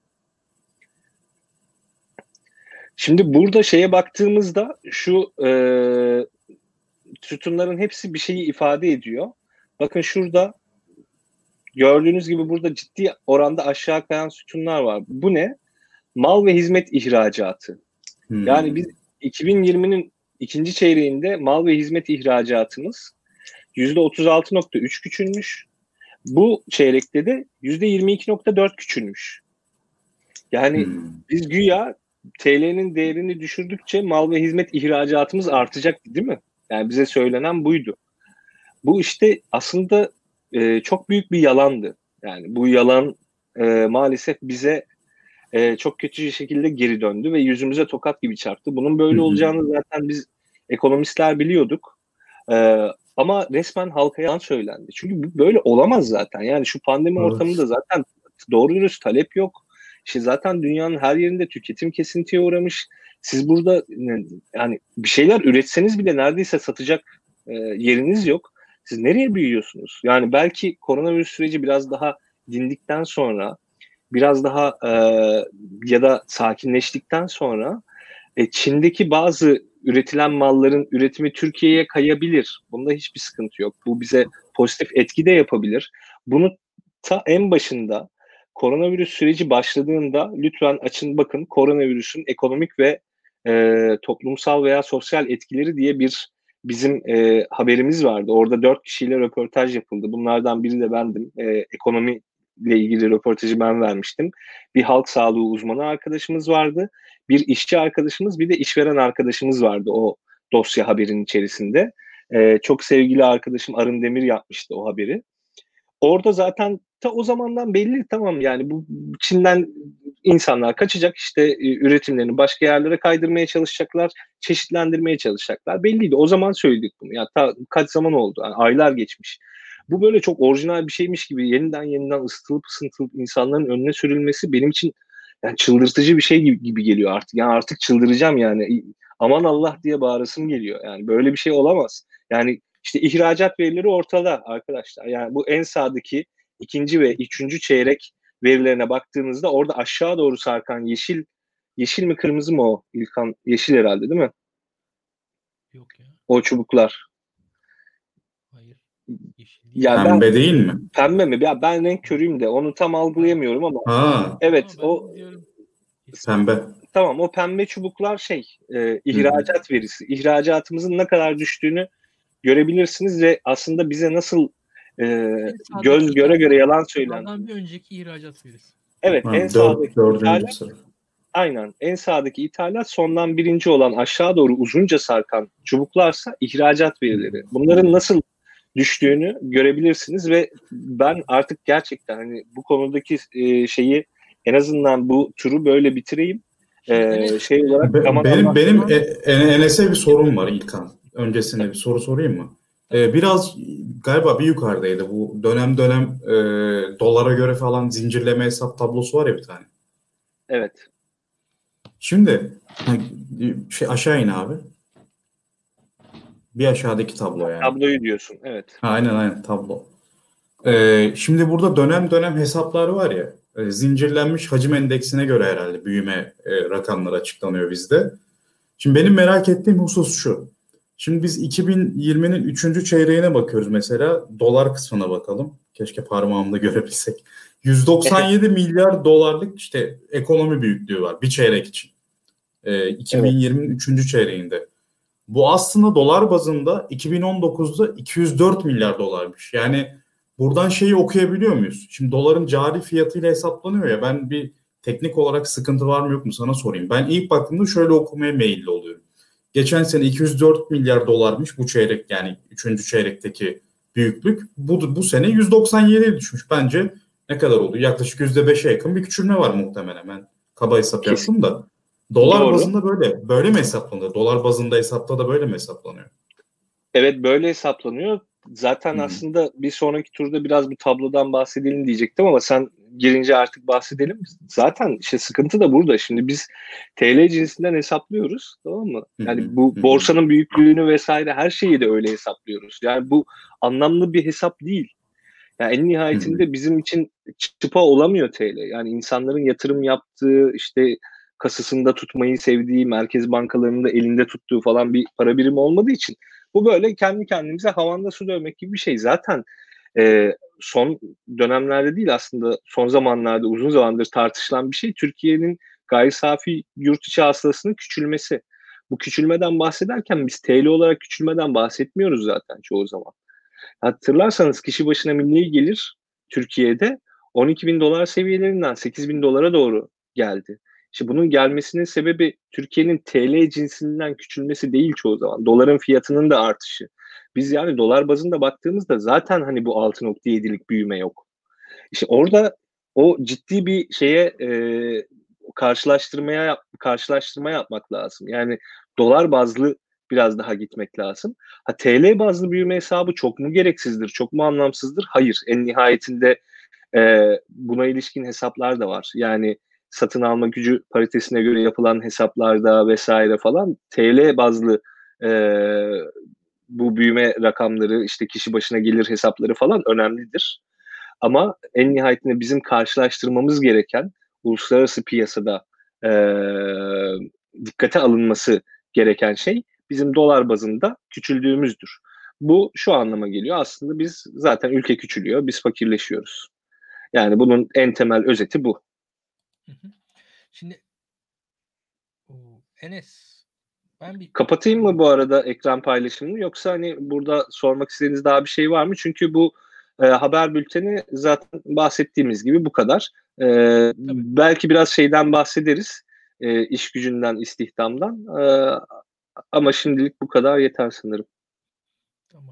Şimdi burada şeye baktığımızda şu sütunların hepsi bir şeyi ifade ediyor. Bakın şurada gördüğünüz gibi burada ciddi oranda aşağı kayan sütunlar var. Bu ne? Mal ve hizmet ihracatı. Yani biz 2020'nin ikinci çeyreğinde mal ve hizmet ihracatımız %36.3 küçülmüş. Bu çeyrekte de %22.4 küçülmüş. Yani biz güya TL'nin değerini düşürdükçe mal ve hizmet ihracatımız artacak, değil mi? Yani bize söylenen buydu. Bu işte aslında çok büyük bir yalandı. Yani bu yalan maalesef bize çok kötü bir şekilde geri döndü ve yüzümüze tokat gibi çarptı. Bunun böyle olacağını zaten biz ekonomistler biliyorduk. Ama resmen halka yalan söylendi. Çünkü bu böyle olamaz zaten. Yani şu pandemi ortamında zaten doğru dürüst talep yok. İşte zaten dünyanın her yerinde tüketim kesintiye uğramış. Siz burada yani bir şeyler üretseniz bile neredeyse satacak yeriniz yok. Siz nereye büyüyorsunuz? Yani belki koronavirüs süreci biraz daha dindikten sonra, biraz daha ya da sakinleştikten sonra Çin'deki bazı üretilen malların üretimi Türkiye'ye kayabilir. Bunda hiçbir sıkıntı yok. Bu bize pozitif etki de yapabilir. Bunu ta en başında koronavirüs süreci başladığında lütfen açın bakın, koronavirüsün ekonomik ve toplumsal veya sosyal etkileri diye bir bizim haberimiz vardı. Orada 4 kişiyle röportaj yapıldı. Bunlardan biri de bendim. Ekonomi ile ilgili röportajı ben vermiştim. Bir halk sağlığı uzmanı arkadaşımız vardı. Bir işçi arkadaşımız, bir de işveren arkadaşımız vardı o dosya haberinin içerisinde. Çok sevgili arkadaşım Arın Demir yapmıştı o haberi. Orada zaten ta o zamandan belli, tamam yani bu Çin'den insanlar kaçacak, işte üretimlerini başka yerlere kaydırmaya çalışacaklar, çeşitlendirmeye çalışacaklar. Belliydi. O zaman söyledik bunu. Yani ta kaç zaman oldu? Yani aylar geçmiş. Bu böyle çok orijinal bir şeymiş gibi yeniden ısıtılıp insanların önüne sürülmesi benim için yani çıldırtıcı bir şey gibi geliyor artık. Yani artık çıldıracağım yani. Aman Allah diye bağırasım geliyor. Yani böyle bir şey olamaz. Yani işte ihracat verileri ortada arkadaşlar. Yani bu en sağdaki ikinci ve üçüncü çeyrek verilerine baktığınızda orada aşağı doğru sarkan yeşil mi kırmızı mı o İlkan? Yeşil herhalde değil mi? Yok ya. O çubuklar. Hayır. Yeşil değil. Ya pembe değil mi? Pembe mi? Ya ben renk körüyüm de onu tam algılayamıyorum ama. Evet o pembe. Tamam, o pembe çubuklar ihracat verisi. İhracatımızın ne kadar düştüğünü görebilirsiniz ve aslında bize nasıl göz göre yalan söylendi. Bir önceki ihracat verisi. Evet, en sağdaki ithalat. Aynen. En sağdaki ithalat, sondan birinci olan aşağı doğru uzunca sarkan çubuklarsa ihracat verileri. Bunların nasıl düştüğünü görebilirsiniz ve ben artık gerçekten hani bu konudaki şeyi, en azından bu turu böyle bitireyim. Olarak benim Enes'e bir sorum var İlkan. Öncesinde bir soru sorayım mı? Biraz galiba bir yukarıdaydı. Bu dönem dolara göre falan zincirleme hesap tablosu var ya bir tane. Evet. Şimdi aşağı in abi. Bir aşağıdaki tablo yani. Tabloyu diyorsun, evet. Aynen tablo. Şimdi burada dönem hesaplar var ya. Zincirlenmiş hacim endeksine göre herhalde büyüme rakamları açıklanıyor bizde. Şimdi benim merak ettiğim husus şu. Şimdi biz 2020'nin 3. çeyreğine bakıyoruz mesela. Dolar kısmına bakalım. Keşke parmağımda görebilsek. 197 milyar dolarlık işte ekonomi büyüklüğü var bir çeyrek için. 2020'nin 3. çeyreğinde. Bu aslında dolar bazında 2019'da 204 milyar dolarmış. Yani buradan şeyi okuyabiliyor muyuz? Şimdi doların cari fiyatıyla hesaplanıyor ya, ben bir teknik olarak sıkıntı var mı yok mu sana sorayım. Ben ilk baktığımda şöyle okumaya meyilli oluyorum. Geçen sene 204 milyar dolarmış bu çeyrek, yani 3. çeyrekteki büyüklük. Bu sene 197'ye düşmüş. Bence ne kadar oldu? Yaklaşık %5'e yakın bir küçülme var muhtemelen. Ben kaba hesap yaptım da. Dolar Doğru. bazında böyle mi hesaplanıyor? Dolar bazında hesapta da böyle mi hesaplanıyor? Evet, böyle hesaplanıyor. Zaten Hı-hı. aslında bir sonraki turda biraz bu tablodan bahsedelim diyecektim ama sen girince artık bahsedelim. Zaten işte sıkıntı da burada. Şimdi biz TL cinsinden hesaplıyoruz, tamam mı? Yani Hı-hı. bu Hı-hı. borsanın büyüklüğünü vesaire her şeyi de öyle hesaplıyoruz. Yani bu anlamlı bir hesap değil. Yani en nihayetinde bizim için çıpa olamıyor TL. Yani insanların yatırım yaptığı, işte kasasında tutmayı sevdiği, merkez bankalarının da elinde tuttuğu falan bir para birimi olmadığı için bu böyle kendi kendimize havanda su dövmek gibi bir şey. Zaten son dönemlerde değil, aslında son zamanlarda uzun zamandır tartışılan bir şey Türkiye'nin gayri safi yurt içi hasılasının küçülmesi. Bu küçülmeden bahsederken biz TL olarak küçülmeden bahsetmiyoruz zaten çoğu zaman. Hatırlarsanız kişi başına milli gelir Türkiye'de 12 bin dolar seviyelerinden 8 bin dolara doğru geldi. İşte bunun gelmesinin sebebi Türkiye'nin TL cinsinden küçülmesi değil çoğu zaman. Doların fiyatının da artışı. Biz yani dolar bazında baktığımızda zaten hani bu 6,7'lik büyüme yok. İşte orada o ciddi bir şeye karşılaştırma yapmak lazım. Yani dolar bazlı biraz daha gitmek lazım. Ha, TL bazlı büyüme hesabı çok mu gereksizdir, çok mu anlamsızdır? Hayır. En nihayetinde buna ilişkin hesaplar da var. Yani satın alma gücü paritesine göre yapılan hesaplarda vesaire falan TL bazlı e, bu büyüme rakamları, işte kişi başına gelir hesapları falan önemlidir. Ama en nihayetinde bizim karşılaştırmamız gereken uluslararası piyasada dikkate alınması gereken şey bizim dolar bazında küçüldüğümüzdür. Bu şu anlama geliyor. Aslında biz zaten ülke küçülüyor, biz fakirleşiyoruz. Yani bunun en temel özeti bu. Şimdi Enes, ben bir kapatayım mı bu arada ekran paylaşımını, yoksa hani burada sormak istediğiniz daha bir şey var mı? Çünkü bu haber bülteni zaten bahsettiğimiz gibi bu kadar. Belki biraz şeyden bahsederiz. İş gücünden, istihdamdan. Ama şimdilik bu kadar yeter sanırım. Tamam.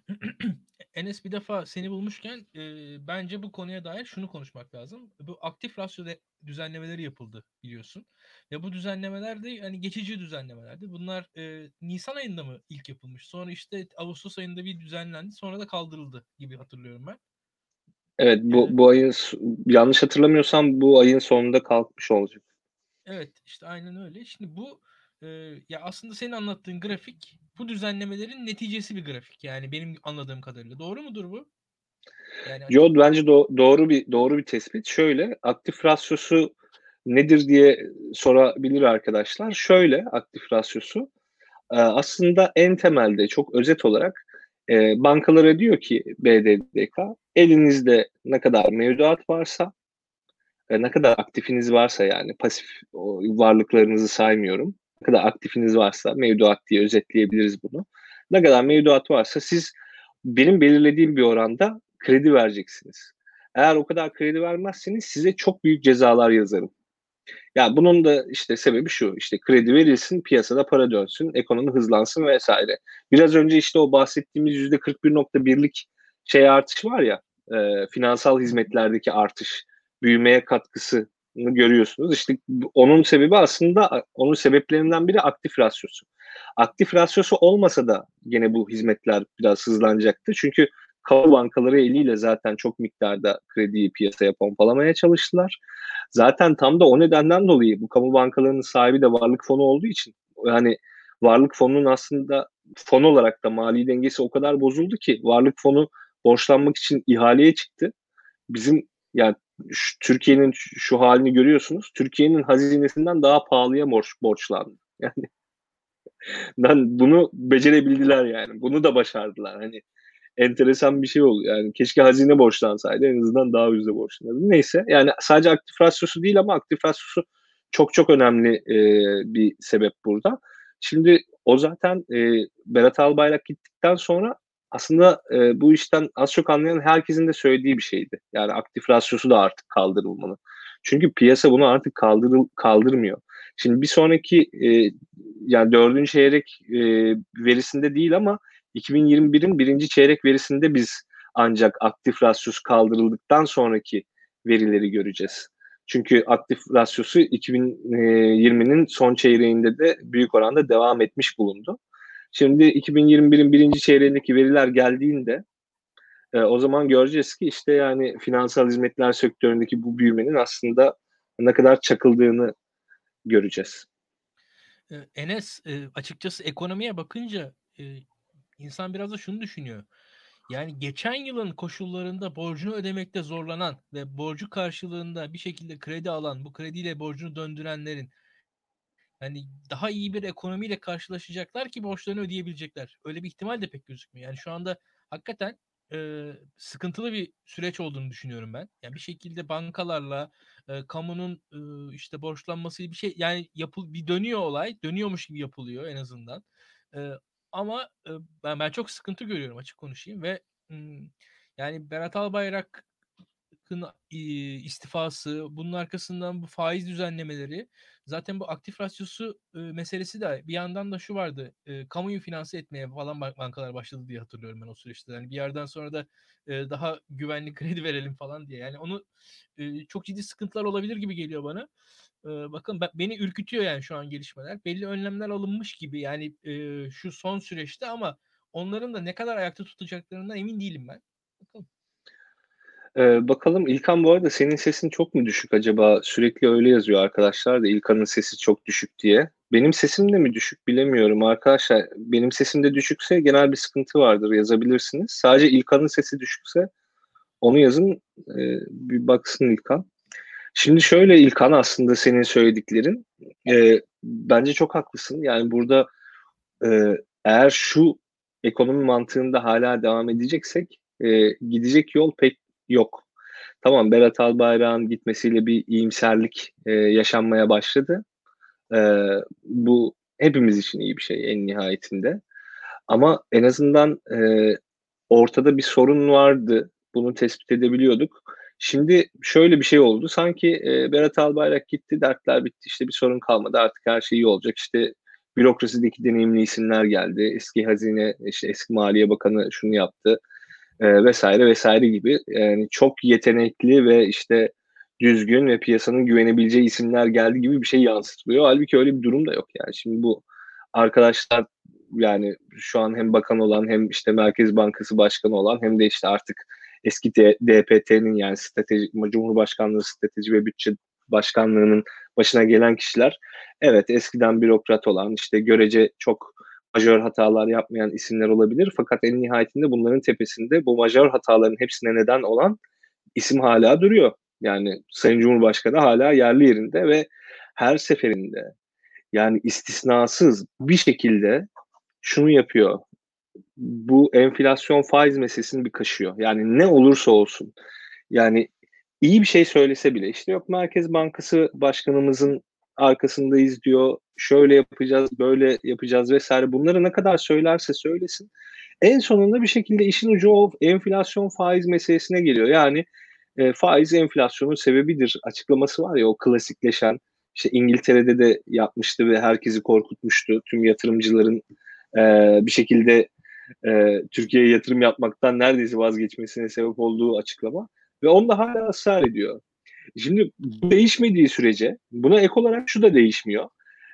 Enes, bir defa seni bulmuşken bence bu konuya dair şunu konuşmak lazım. Bu aktif rasyo düzenlemeleri yapıldı biliyorsun. Ve bu düzenlemeler de hani geçici düzenlemelerdi. Bunlar Nisan ayında mı ilk yapılmış? Sonra işte Ağustos ayında bir düzenlendi. Sonra da kaldırıldı gibi hatırlıyorum ben. Evet, bu ayın, yanlış hatırlamıyorsam bu ayın sonunda kalkmış olacak. Evet, işte aynen öyle. Şimdi bu ya aslında senin anlattığın grafik bu düzenlemelerin neticesi bir grafik. Yani benim anladığım kadarıyla. Doğru mudur bu? Yani Yo, bence doğru bir tespit. Şöyle, aktif rasyosu nedir diye sorabilir arkadaşlar. Şöyle, aktif rasyosu aslında en temelde çok özet olarak bankalara diyor ki BDDK, elinizde ne kadar mevduat varsa, ne kadar aktifiniz varsa, yani pasif varlıklarınızı saymıyorum. Ne kadar aktifiniz varsa, mevduat diye özetleyebiliriz bunu. Ne kadar mevduat varsa siz benim belirlediğim bir oranda kredi vereceksiniz. Eğer o kadar kredi vermezseniz size çok büyük cezalar yazarım. Ya bunun da işte sebebi şu: işte kredi verilsin, piyasada para dönsün, ekonomi hızlansın vesaire. Biraz önce işte o bahsettiğimiz %41,1'lik şey artış var ya, finansal hizmetlerdeki artış, büyümeye katkısını görüyorsunuz. İşte onun sebebi, aslında onun sebeplerinden biri aktif rasyosu. Aktif rasyosu olmasa da gene bu hizmetler biraz hızlanacaktı. Çünkü kamu bankaları eliyle zaten çok miktarda krediyi piyasaya pompalamaya çalıştılar. Zaten tam da o nedenden dolayı bu kamu bankalarının sahibi de varlık fonu olduğu için, yani varlık fonunun aslında fon olarak da mali dengesi o kadar bozuldu ki varlık fonu borçlanmak için ihaleye çıktı. Bizim yani Türkiye'nin şu halini görüyorsunuz. Türkiye'nin hazinesinden daha pahalıya borçlandı. Yani bunu becerebildiler yani. Bunu da başardılar. Hani enteresan bir şey oldu. Yani keşke hazine borçlansaydı, en azından daha ucuza borçlanırdı. Neyse, yani sadece aktif rasyosu değil ama aktif rasyosu çok çok önemli bir sebep burada. Şimdi o zaten Berat Albayrak gittikten sonra aslında bu işten az çok anlayan herkesin de söylediği bir şeydi. Yani aktif rasyosu da artık kaldırılmalı. Çünkü piyasa bunu artık kaldırmıyor. Şimdi bir sonraki yani 4. çeyrek verisinde değil ama 2021'in 1. çeyrek verisinde biz ancak aktif rasyosu kaldırıldıktan sonraki verileri göreceğiz. Çünkü aktif rasyosu 2020'nin son çeyreğinde de büyük oranda devam etmiş bulundu. Şimdi 2021'in 1. çeyreğindeki veriler geldiğinde o zaman göreceğiz ki işte yani finansal hizmetler sektöründeki bu büyümenin aslında ne kadar çakıldığını göreceğiz. Enes, açıkçası ekonomiye bakınca insan biraz da şunu düşünüyor. Yani geçen yılın koşullarında borcunu ödemekte zorlanan ve borcu karşılığında bir şekilde kredi alan, bu krediyle borcunu döndürenlerin hani daha iyi bir ekonomiyle karşılaşacaklar ki borçlarını ödeyebilecekler. Öyle bir ihtimal de pek gözükmüyor. Yani şu anda hakikaten sıkıntılı bir süreç olduğunu düşünüyorum ben. Yani bir şekilde bankalarla kamunun işte borçlanması bir şey yani bir dönüyor olay, dönüyormuş gibi yapılıyor en azından. E, ama ben çok sıkıntı görüyorum açık konuşayım ve yani Berat Albayrak istifası, bunun arkasından bu faiz düzenlemeleri, zaten bu aktif rasyosu meselesi de bir yandan da şu vardı. Kamuyu finanse etmeye falan bankalar başladı diye hatırlıyorum ben o süreçte. Yani bir yerden sonra da daha güvenli kredi verelim falan diye. Yani onu çok ciddi sıkıntılar olabilir gibi geliyor bana. Bakın beni ürkütüyor yani şu an gelişmeler. Belli önlemler alınmış gibi yani şu son süreçte ama onların da ne kadar ayakta tutacaklarından emin değilim ben. Bakalım. Bakalım İlkan, bu arada senin sesin çok mu düşük acaba? Sürekli öyle yazıyor arkadaşlar da İlkan'ın sesi çok düşük diye. Benim sesim de mi düşük bilemiyorum arkadaşlar. Benim sesim de düşükse genel bir sıkıntı vardır, yazabilirsiniz. Sadece İlkan'ın sesi düşükse onu yazın, bir baksın İlkan. Şimdi şöyle İlkan, aslında senin söylediklerin bence çok haklısın. Yani burada eğer şu ekonomi mantığında hala devam edeceksek gidecek yol pek yok. Tamam, Berat Albayrak'ın gitmesiyle bir iyimserlik yaşanmaya başladı. E, Bu hepimiz için iyi bir şey en nihayetinde. Ama en azından ortada bir sorun vardı. Bunu tespit edebiliyorduk. Şimdi şöyle bir şey oldu. Sanki Berat Albayrak gitti, dertler bitti, işte bir sorun kalmadı, artık her şey iyi olacak. İşte bürokrasideki deneyimli isimler geldi. Eski Hazine, işte eski Maliye Bakanı şunu yaptı vesaire vesaire gibi. Yani çok yetenekli ve işte düzgün ve piyasanın güvenebileceği isimler geldi gibi bir şey yansıtılıyor. Halbuki öyle bir durum da yok yani. Şimdi bu arkadaşlar, yani şu an hem bakan olan hem işte Merkez Bankası Başkanı olan hem de işte artık eski DPT'nin, yani Cumhurbaşkanlığı Strateji ve Bütçe Başkanlığı'nın başına gelen kişiler, evet eskiden bürokrat olan, işte görece çok majör hatalar yapmayan isimler olabilir. Fakat en nihayetinde bunların tepesinde bu majör hataların hepsine neden olan isim hala duruyor. Yani Sayın Cumhurbaşkanı hala yerli yerinde ve her seferinde, yani istisnasız bir şekilde şunu yapıyor. Bu enflasyon faiz meselesini bir kaşıyor. Yani ne olursa olsun. Yani iyi bir şey söylese bile, işte yok Merkez Bankası Başkanımızın arkasındayız diyor. Şöyle yapacağız, böyle yapacağız vesaire. Bunları ne kadar söylerse söylesin, en sonunda bir şekilde işin ucu o enflasyon faiz meselesine geliyor. Yani faiz enflasyonun sebebidir açıklaması var ya, o klasikleşen, işte İngiltere'de de yapmıştı ve herkesi korkutmuştu. Tüm yatırımcıların bir şekilde Türkiye'ye yatırım yapmaktan neredeyse vazgeçmesine sebep olduğu açıklama. Ve onda hala ısrar ediyor. Şimdi bu değişmediği sürece buna ek olarak şu da değişmiyor.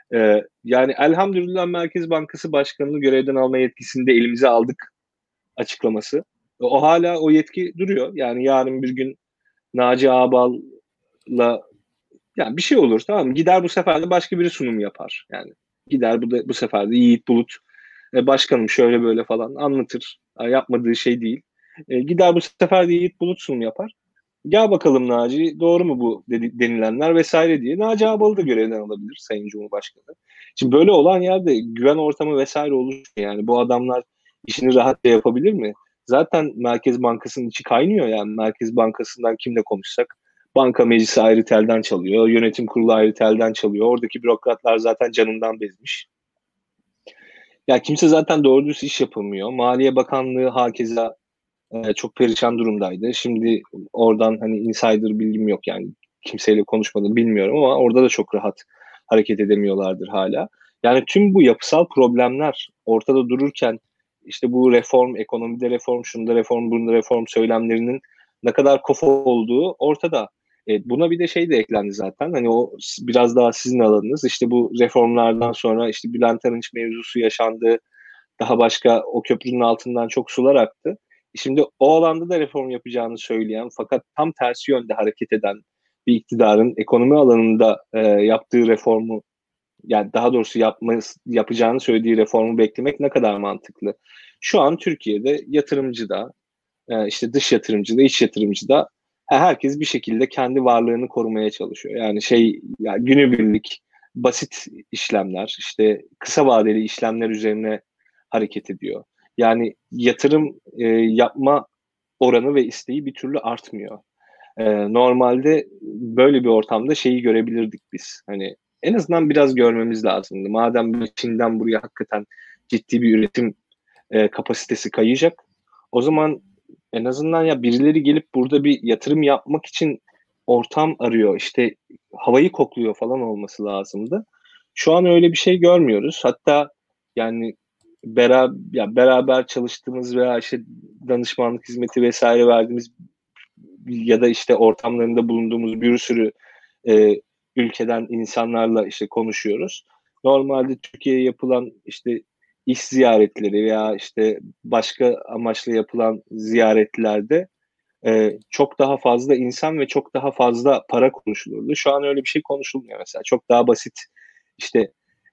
Yani elhamdülillah Merkez Bankası Başkanı'nı görevden alma yetkisini de elimize aldık açıklaması. O hala o yetki duruyor. Yani yarın bir gün Naci Ağbal'la yani bir şey olur, tamam mı? Gider bu sefer de başka biri sunum yapar. Yani gider bu sefer de Yiğit Bulut başkanım şöyle böyle falan anlatır. Yapmadığı şey değil. Gider bu sefer de Yiğit Bulut sunum yapar. Gel bakalım Naci, doğru mu bu denilenler vesaire diye. Naci Ağbal'ı da görevden alabilir Sayın Cumhurbaşkanı. Şimdi böyle olan yerde güven ortamı vesaire olur. Yani bu adamlar işini rahatça yapabilir mi? Zaten Merkez Bankası'nın içi kaynıyor yani. Merkez Bankası'ndan kimle konuşsak banka meclisi ayrı telden çalıyor, yönetim kurulu ayrı telden çalıyor. Oradaki bürokratlar zaten canından bezmiş. Ya kimse zaten doğru düz iş yapamıyor. Maliye Bakanlığı hakeza çok perişan durumdaydı. Şimdi oradan hani insider bilgim yok yani kimseyle konuşmadım bilmiyorum ama orada da çok rahat hareket edemiyorlardır hala. Yani tüm bu yapısal problemler ortada dururken işte bu reform, ekonomide reform, şunda reform, bunda reform söylemlerinin ne kadar kofa olduğu ortada. Buna bir de şey de eklendi zaten. Hani o biraz daha sizin alanınız. İşte bu reformlardan sonra işte Bülent Arınç mevzusu yaşandı. Daha başka o köprünün altından çok sular aktı. Şimdi o alanda da reform yapacağını söyleyen fakat tam tersi yönde hareket eden bir iktidarın ekonomi alanında yaptığı reformu yani daha doğrusu yapacağını söylediği reformu beklemek ne kadar mantıklı? Şu an Türkiye'de yatırımcı da işte dış yatırımcı da iç yatırımcı da herkes bir şekilde kendi varlığını korumaya çalışıyor. Yani yani günübirlik basit işlemler işte kısa vadeli işlemler üzerine hareket ediyor. Yani yatırım yapma oranı ve isteği bir türlü artmıyor. Normalde böyle bir ortamda şeyi görebilirdik biz. Hani en azından biraz görmemiz lazımdı. Madem Çin'den buraya hakikaten ciddi bir üretim kapasitesi kayacak. O zaman en azından ya birileri gelip burada bir yatırım yapmak için ortam arıyor. İşte havayı kokluyor falan olması lazımdı. Şu an öyle bir şey görmüyoruz. Hatta yani beraber çalıştığımız veya işte danışmanlık hizmeti vesaire verdiğimiz ya da işte ortamlarında bulunduğumuz bir sürü ülkeden insanlarla işte konuşuyoruz. Normalde Türkiye'ye yapılan işte iş ziyaretleri veya işte başka amaçla yapılan ziyaretlerde çok daha fazla insan ve çok daha fazla para konuşulurdu. Şu an öyle bir şey konuşulmuyor mesela. Çok daha basit işte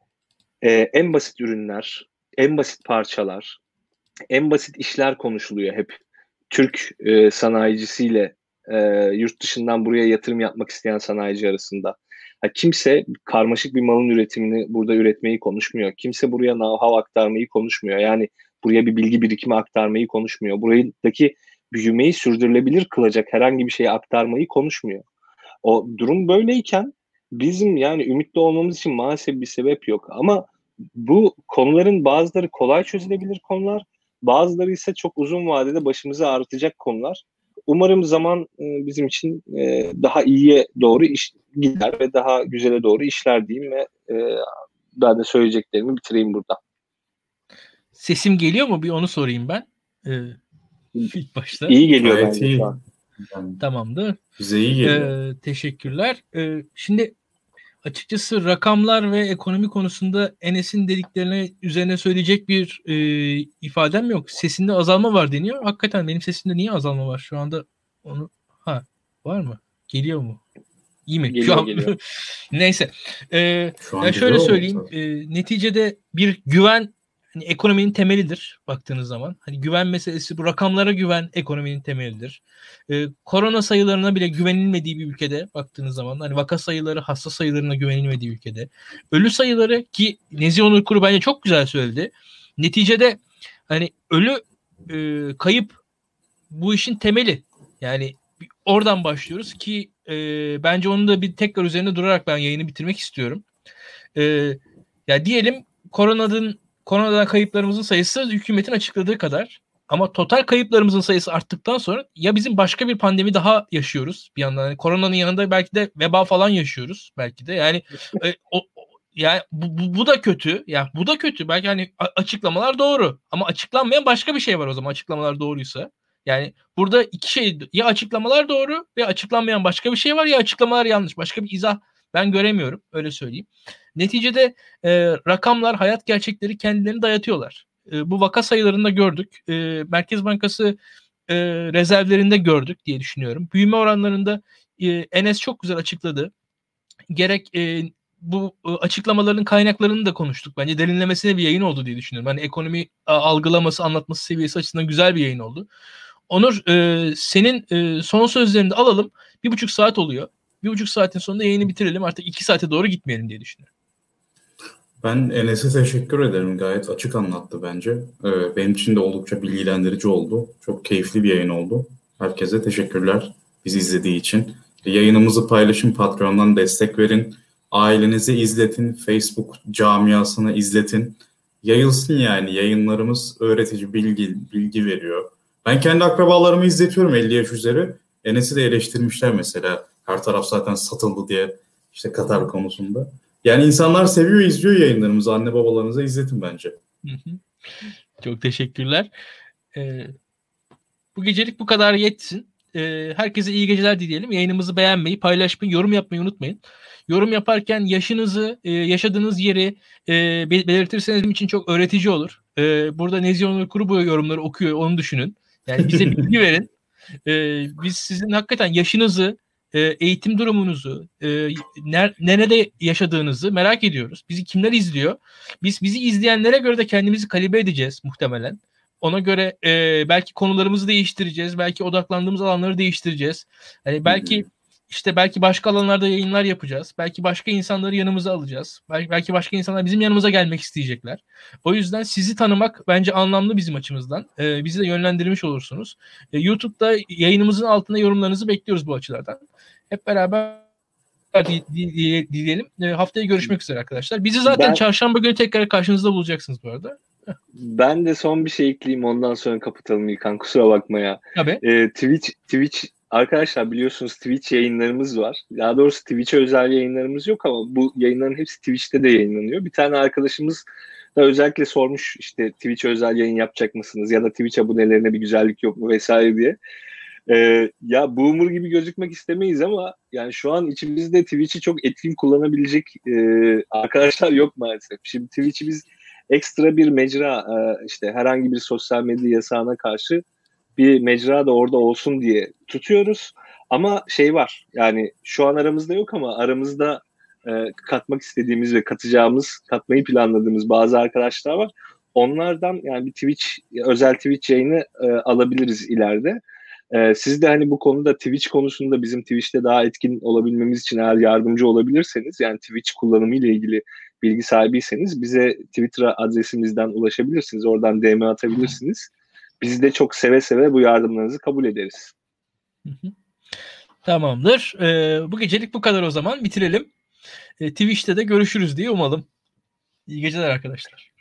en basit ürünler, en basit parçalar, en basit işler konuşuluyor hep. Türk sanayicisiyle yurt dışından buraya yatırım yapmak isteyen sanayici arasında. Kimse karmaşık bir malın üretimini burada üretmeyi konuşmuyor. Kimse buraya know-how aktarmayı konuşmuyor. Yani buraya bir bilgi birikimi aktarmayı konuşmuyor. Buradaki büyümeyi sürdürülebilir kılacak herhangi bir şeyi aktarmayı konuşmuyor. O durum böyleyken bizim yani ümitli olmamız için maalesef bir sebep yok. Ama bu konuların bazıları kolay çözülebilir konular, bazıları ise çok uzun vadede başımızı ağrıtacak konular. Umarım zaman bizim için daha iyiye doğru gider ve daha güzele doğru işler diyeyim ve ben de söyleyeceklerimi bitireyim burada. Sesim geliyor mu? Bir onu sorayım ben. İlk başta. İyi geliyor Gayet bence iyi. şu an. Yani, tamamdır. Bize iyi geliyor. Teşekkürler. Şimdi açıkçası rakamlar ve ekonomi konusunda Enes'in dediklerine üzerine söyleyecek bir ifadem yok. Sesinde azalma var deniyor. Hakikaten benim sesimde niye azalma var? Şu anda onu var mı? Geliyor mu? İyi mi? Geliyor. Neyse. Şu an şöyle söyleyeyim. Neticede bir güven hani ekonominin temelidir baktığınız zaman. Hani güven meselesi, bu rakamlara güven ekonominin temelidir. Korona sayılarına bile güvenilmediği bir ülkede baktığınız zaman, hani vaka sayıları, hasta sayılarına güvenilmediği ülkede, ölü sayıları ki Nezih Onur Kuru bence çok güzel söyledi. Neticede hani ölü kayıp bu işin temeli. Yani oradan başlıyoruz ki bence onu da bir tekrar üzerine durarak ben yayını bitirmek istiyorum. Ya diyelim koronadan kayıplarımızın sayısı hükümetin açıkladığı kadar, ama total kayıplarımızın sayısı arttıktan sonra ya bizim başka bir pandemi daha yaşıyoruz bir yandan. Yani koronanın yanında belki de veba falan yaşıyoruz belki de. Yani yani bu da kötü. Yani bu da kötü. Belki hani açıklamalar doğru ama açıklanmayan başka bir şey var o zaman açıklamalar doğruysa. Yani burada iki şey, ya açıklamalar doğru ya açıklanmayan başka bir şey var, ya açıklamalar yanlış. Başka bir izah ben göremiyorum, öyle söyleyeyim. Neticede rakamlar, hayat gerçekleri kendilerini dayatıyorlar. Bu vaka sayılarında gördük. Merkez Bankası rezervlerinde gördük diye düşünüyorum. Büyüme oranlarında Enes çok güzel açıkladı. Gerek bu açıklamaların kaynaklarını da konuştuk. Bence derinlemesine bir yayın oldu diye düşünüyorum. Hani ekonomi algılaması, anlatması seviyesi açısından güzel bir yayın oldu. Onur, senin son sözlerini de alalım. 1,5 saat oluyor. 1,5 saatin sonunda yayını bitirelim. Artık 2 saate doğru gitmeyelim diye düşünüyorum. Ben Enes'e teşekkür ederim. Gayet açık anlattı bence. Benim için de oldukça bilgilendirici oldu. Çok keyifli bir yayın oldu. Herkese teşekkürler bizi izlediği için. Yayınımızı paylaşın, Patreon'dan destek verin. Ailenizi izletin, Facebook camiasını izletin. yayılsın yani. Yayınlarımız öğretici, bilgi veriyor. Ben kendi akrabalarımı izletiyorum 50 yaş üzeri. Enes'i de eleştirmişler mesela. Her taraf zaten satıldı diye işte Katar konusunda. Yani insanlar seviyor, izliyor yayınlarımızı. Anne babalarınıza izletin bence. Çok teşekkürler. Bu gecelik bu kadar yetsin. Herkese iyi geceler dileyelim. Yayınımızı beğenmeyi, paylaşmayı, yorum yapmayı unutmayın. Yorum yaparken yaşınızı, yaşadığınız yeri belirtirseniz benim için çok öğretici olur. Burada Nezih Onur Kuru bu yorumları okuyor, onu düşünün. Yani bize bilgi verin. Biz sizin hakikaten yaşınızı, eğitim durumunuzu, nerede yaşadığınızı merak ediyoruz. Bizi kimler izliyor? Bizi izleyenlere göre de kendimizi kalibre edeceğiz muhtemelen. Ona göre belki konularımızı değiştireceğiz. Belki odaklandığımız alanları değiştireceğiz. Yani belki başka alanlarda yayınlar yapacağız. Belki başka insanları yanımıza alacağız. Belki başka insanlar bizim yanımıza gelmek isteyecekler. O yüzden sizi tanımak bence anlamlı bizim açımızdan. Bizi de yönlendirmiş olursunuz. YouTube'da yayınımızın altında yorumlarınızı bekliyoruz bu açılardan. Hep beraber diyelim. Haftaya görüşmek üzere arkadaşlar. Bizi zaten çarşamba günü tekrar karşınızda bulacaksınız bu arada. Ben de son bir şey ekleyeyim, ondan sonra kapatalım İlkan, kusura bakma ya. Tabii. Twitch arkadaşlar, biliyorsunuz Twitch yayınlarımız var. Daha doğrusu Twitch'e özel yayınlarımız yok ama bu yayınların hepsi Twitch'te de yayınlanıyor. Bir tane arkadaşımız da özellikle sormuş, işte Twitch'e özel yayın yapacak mısınız ya da Twitch abonelerine bir güzellik yok mu vesaire diye. Ya boomer gibi gözükmek istemeyiz ama yani şu an içimizde Twitch'i çok etkin kullanabilecek arkadaşlar yok maalesef. Şimdi Twitch'i biz ekstra bir mecra, işte herhangi bir sosyal medya yasağına karşı bir mecra da orada olsun diye tutuyoruz. Ama şey var, yani şu an aramızda yok ama aramızda katmak istediğimiz ve katmayı planladığımız bazı arkadaşlar var. Onlardan yani bir özel Twitch yayını alabiliriz ileride. Siz de hani bu konuda, Twitch konusunda bizim Twitch'te daha etkin olabilmemiz için eğer yardımcı olabilirseniz, yani Twitch kullanımı ile ilgili bilgi sahibiyseniz bize Twitter adresimizden ulaşabilirsiniz. Oradan DM atabilirsiniz. Biz de çok seve seve bu yardımlarınızı kabul ederiz. Tamamdır. Bu gecelik bu kadar o zaman. Bitirelim. Twitch'te de görüşürüz diye umalım. İyi geceler arkadaşlar.